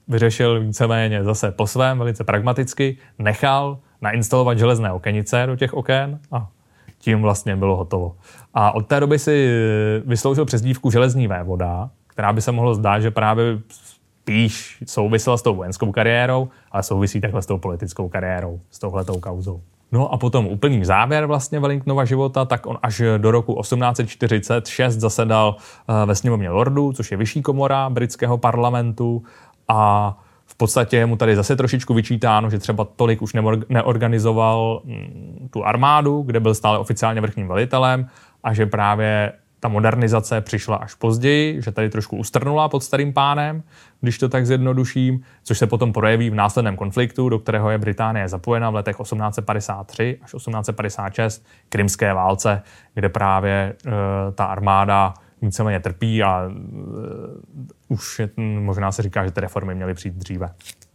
vyřešil víceméně zase po svém, velice pragmaticky, nechal nainstalovat železné okenice do těch oken a tím vlastně bylo hotovo. A od té doby si vysloužil přezdívku železný vévoda, která by se mohlo zdát, že právě spíš souvisela s tou vojenskou kariérou, ale souvisí takhle s tou politickou kariérou, s touhletou kauzou. No a potom úplný závěr vlastně Wellingtonova života, tak on až do roku 1846 zasedal ve sněmovně lordů, což je vyšší komora britského parlamentu, a v podstatě je mu tady zase trošičku vyčítáno, že třeba tolik už neorganizoval tu armádu, kde byl stále oficiálně vrchním velitelem, a že právě ta modernizace přišla až později, že tady trošku ustrnula pod starým pánem, když to tak zjednoduším, což se potom projeví v následném konfliktu, do kterého je Británie zapojena v letech 1853 až 1856, krymské válce, kde právě ta armáda víceméně trpí a už možná se říká, že ty reformy měly přijít dříve.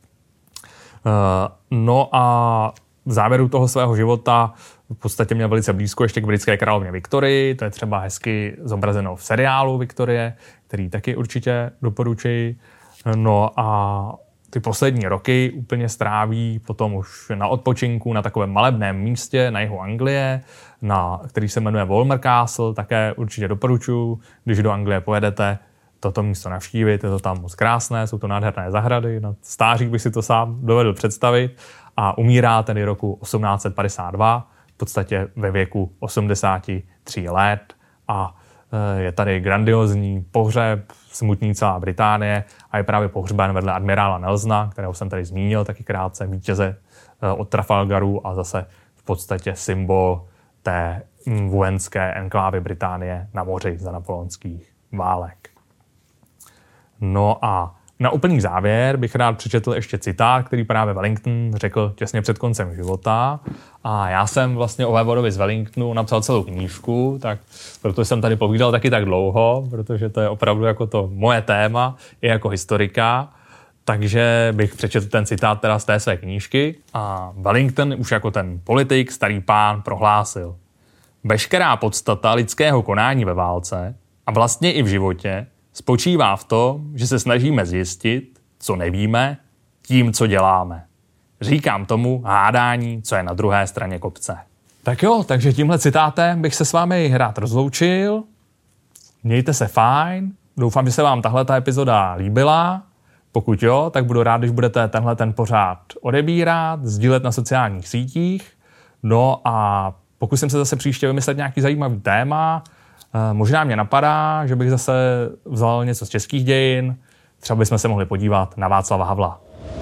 No a v závěru toho svého života v podstatě měl velice blízko ještě k britské královně Viktorii, to je třeba hezky zobrazeno v seriálu Viktorie, který taky určitě doporučuji. No a ty poslední roky úplně stráví potom už na odpočinku na takovém malebném místě na jihu Anglie, který se jmenuje Walmer Castle, také určitě doporučuji, když do Anglie pojedete, toto místo navštívit, je to tam moc krásné, jsou to nádherné zahrady, na stáří bych si to sám dovedl představit, a umírá tedy roku 1852, v podstatě ve věku 83 let, a je tady grandiozní pohřeb, smutní celá Británie, a je právě pohřben vedle admirála Nelsona, kterého jsem tady zmínil taky krátce, vítěze od Trafalgaru a zase v podstatě symbol té vojenské enklávy Británie na moři za napoleonských válek. No a na úplný závěr bych rád přečetl ještě citát, který právě Wellington řekl těsně před koncem života. A já jsem vlastně o vévodovi z Wellingtonu napsal celou knížku, tak proto jsem tady povídal taky tak dlouho, protože to je opravdu jako to moje téma, i jako historika. Takže bych přečetl ten citát teda z té své knížky. A Wellington už jako ten politik, starý pán, prohlásil: veškerá podstata lidského konání ve válce a vlastně i v životě spočívá v tom, že se snažíme zjistit, co nevíme, tím, co děláme. Říkám tomu hádání, co je na druhé straně kopce. Tak jo, takže tímhle citátem bych se s vámi rád rozloučil. Mějte se fajn. Doufám, že se vám tahleta epizoda líbila. Pokud jo, tak budu rád, když budete ten pořád odebírat, sdílet na sociálních sítích. No a pokusím se zase příště vymyslet nějaký zajímavý téma. Možná mě napadá, že bych zase vzal něco z českých dějin. Třeba bychom se mohli podívat na Václava Havla.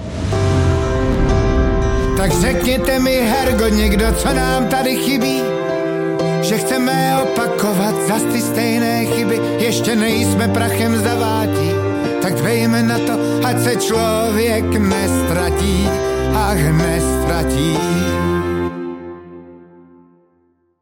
Tak řekněte mi, Hergo, někdo, co nám tady chybí, že chceme opakovat zas ty stejné chyby, ještě nejsme prachem zavátí, tak dbejme na to, ať se člověk nestratí, ach nestratí.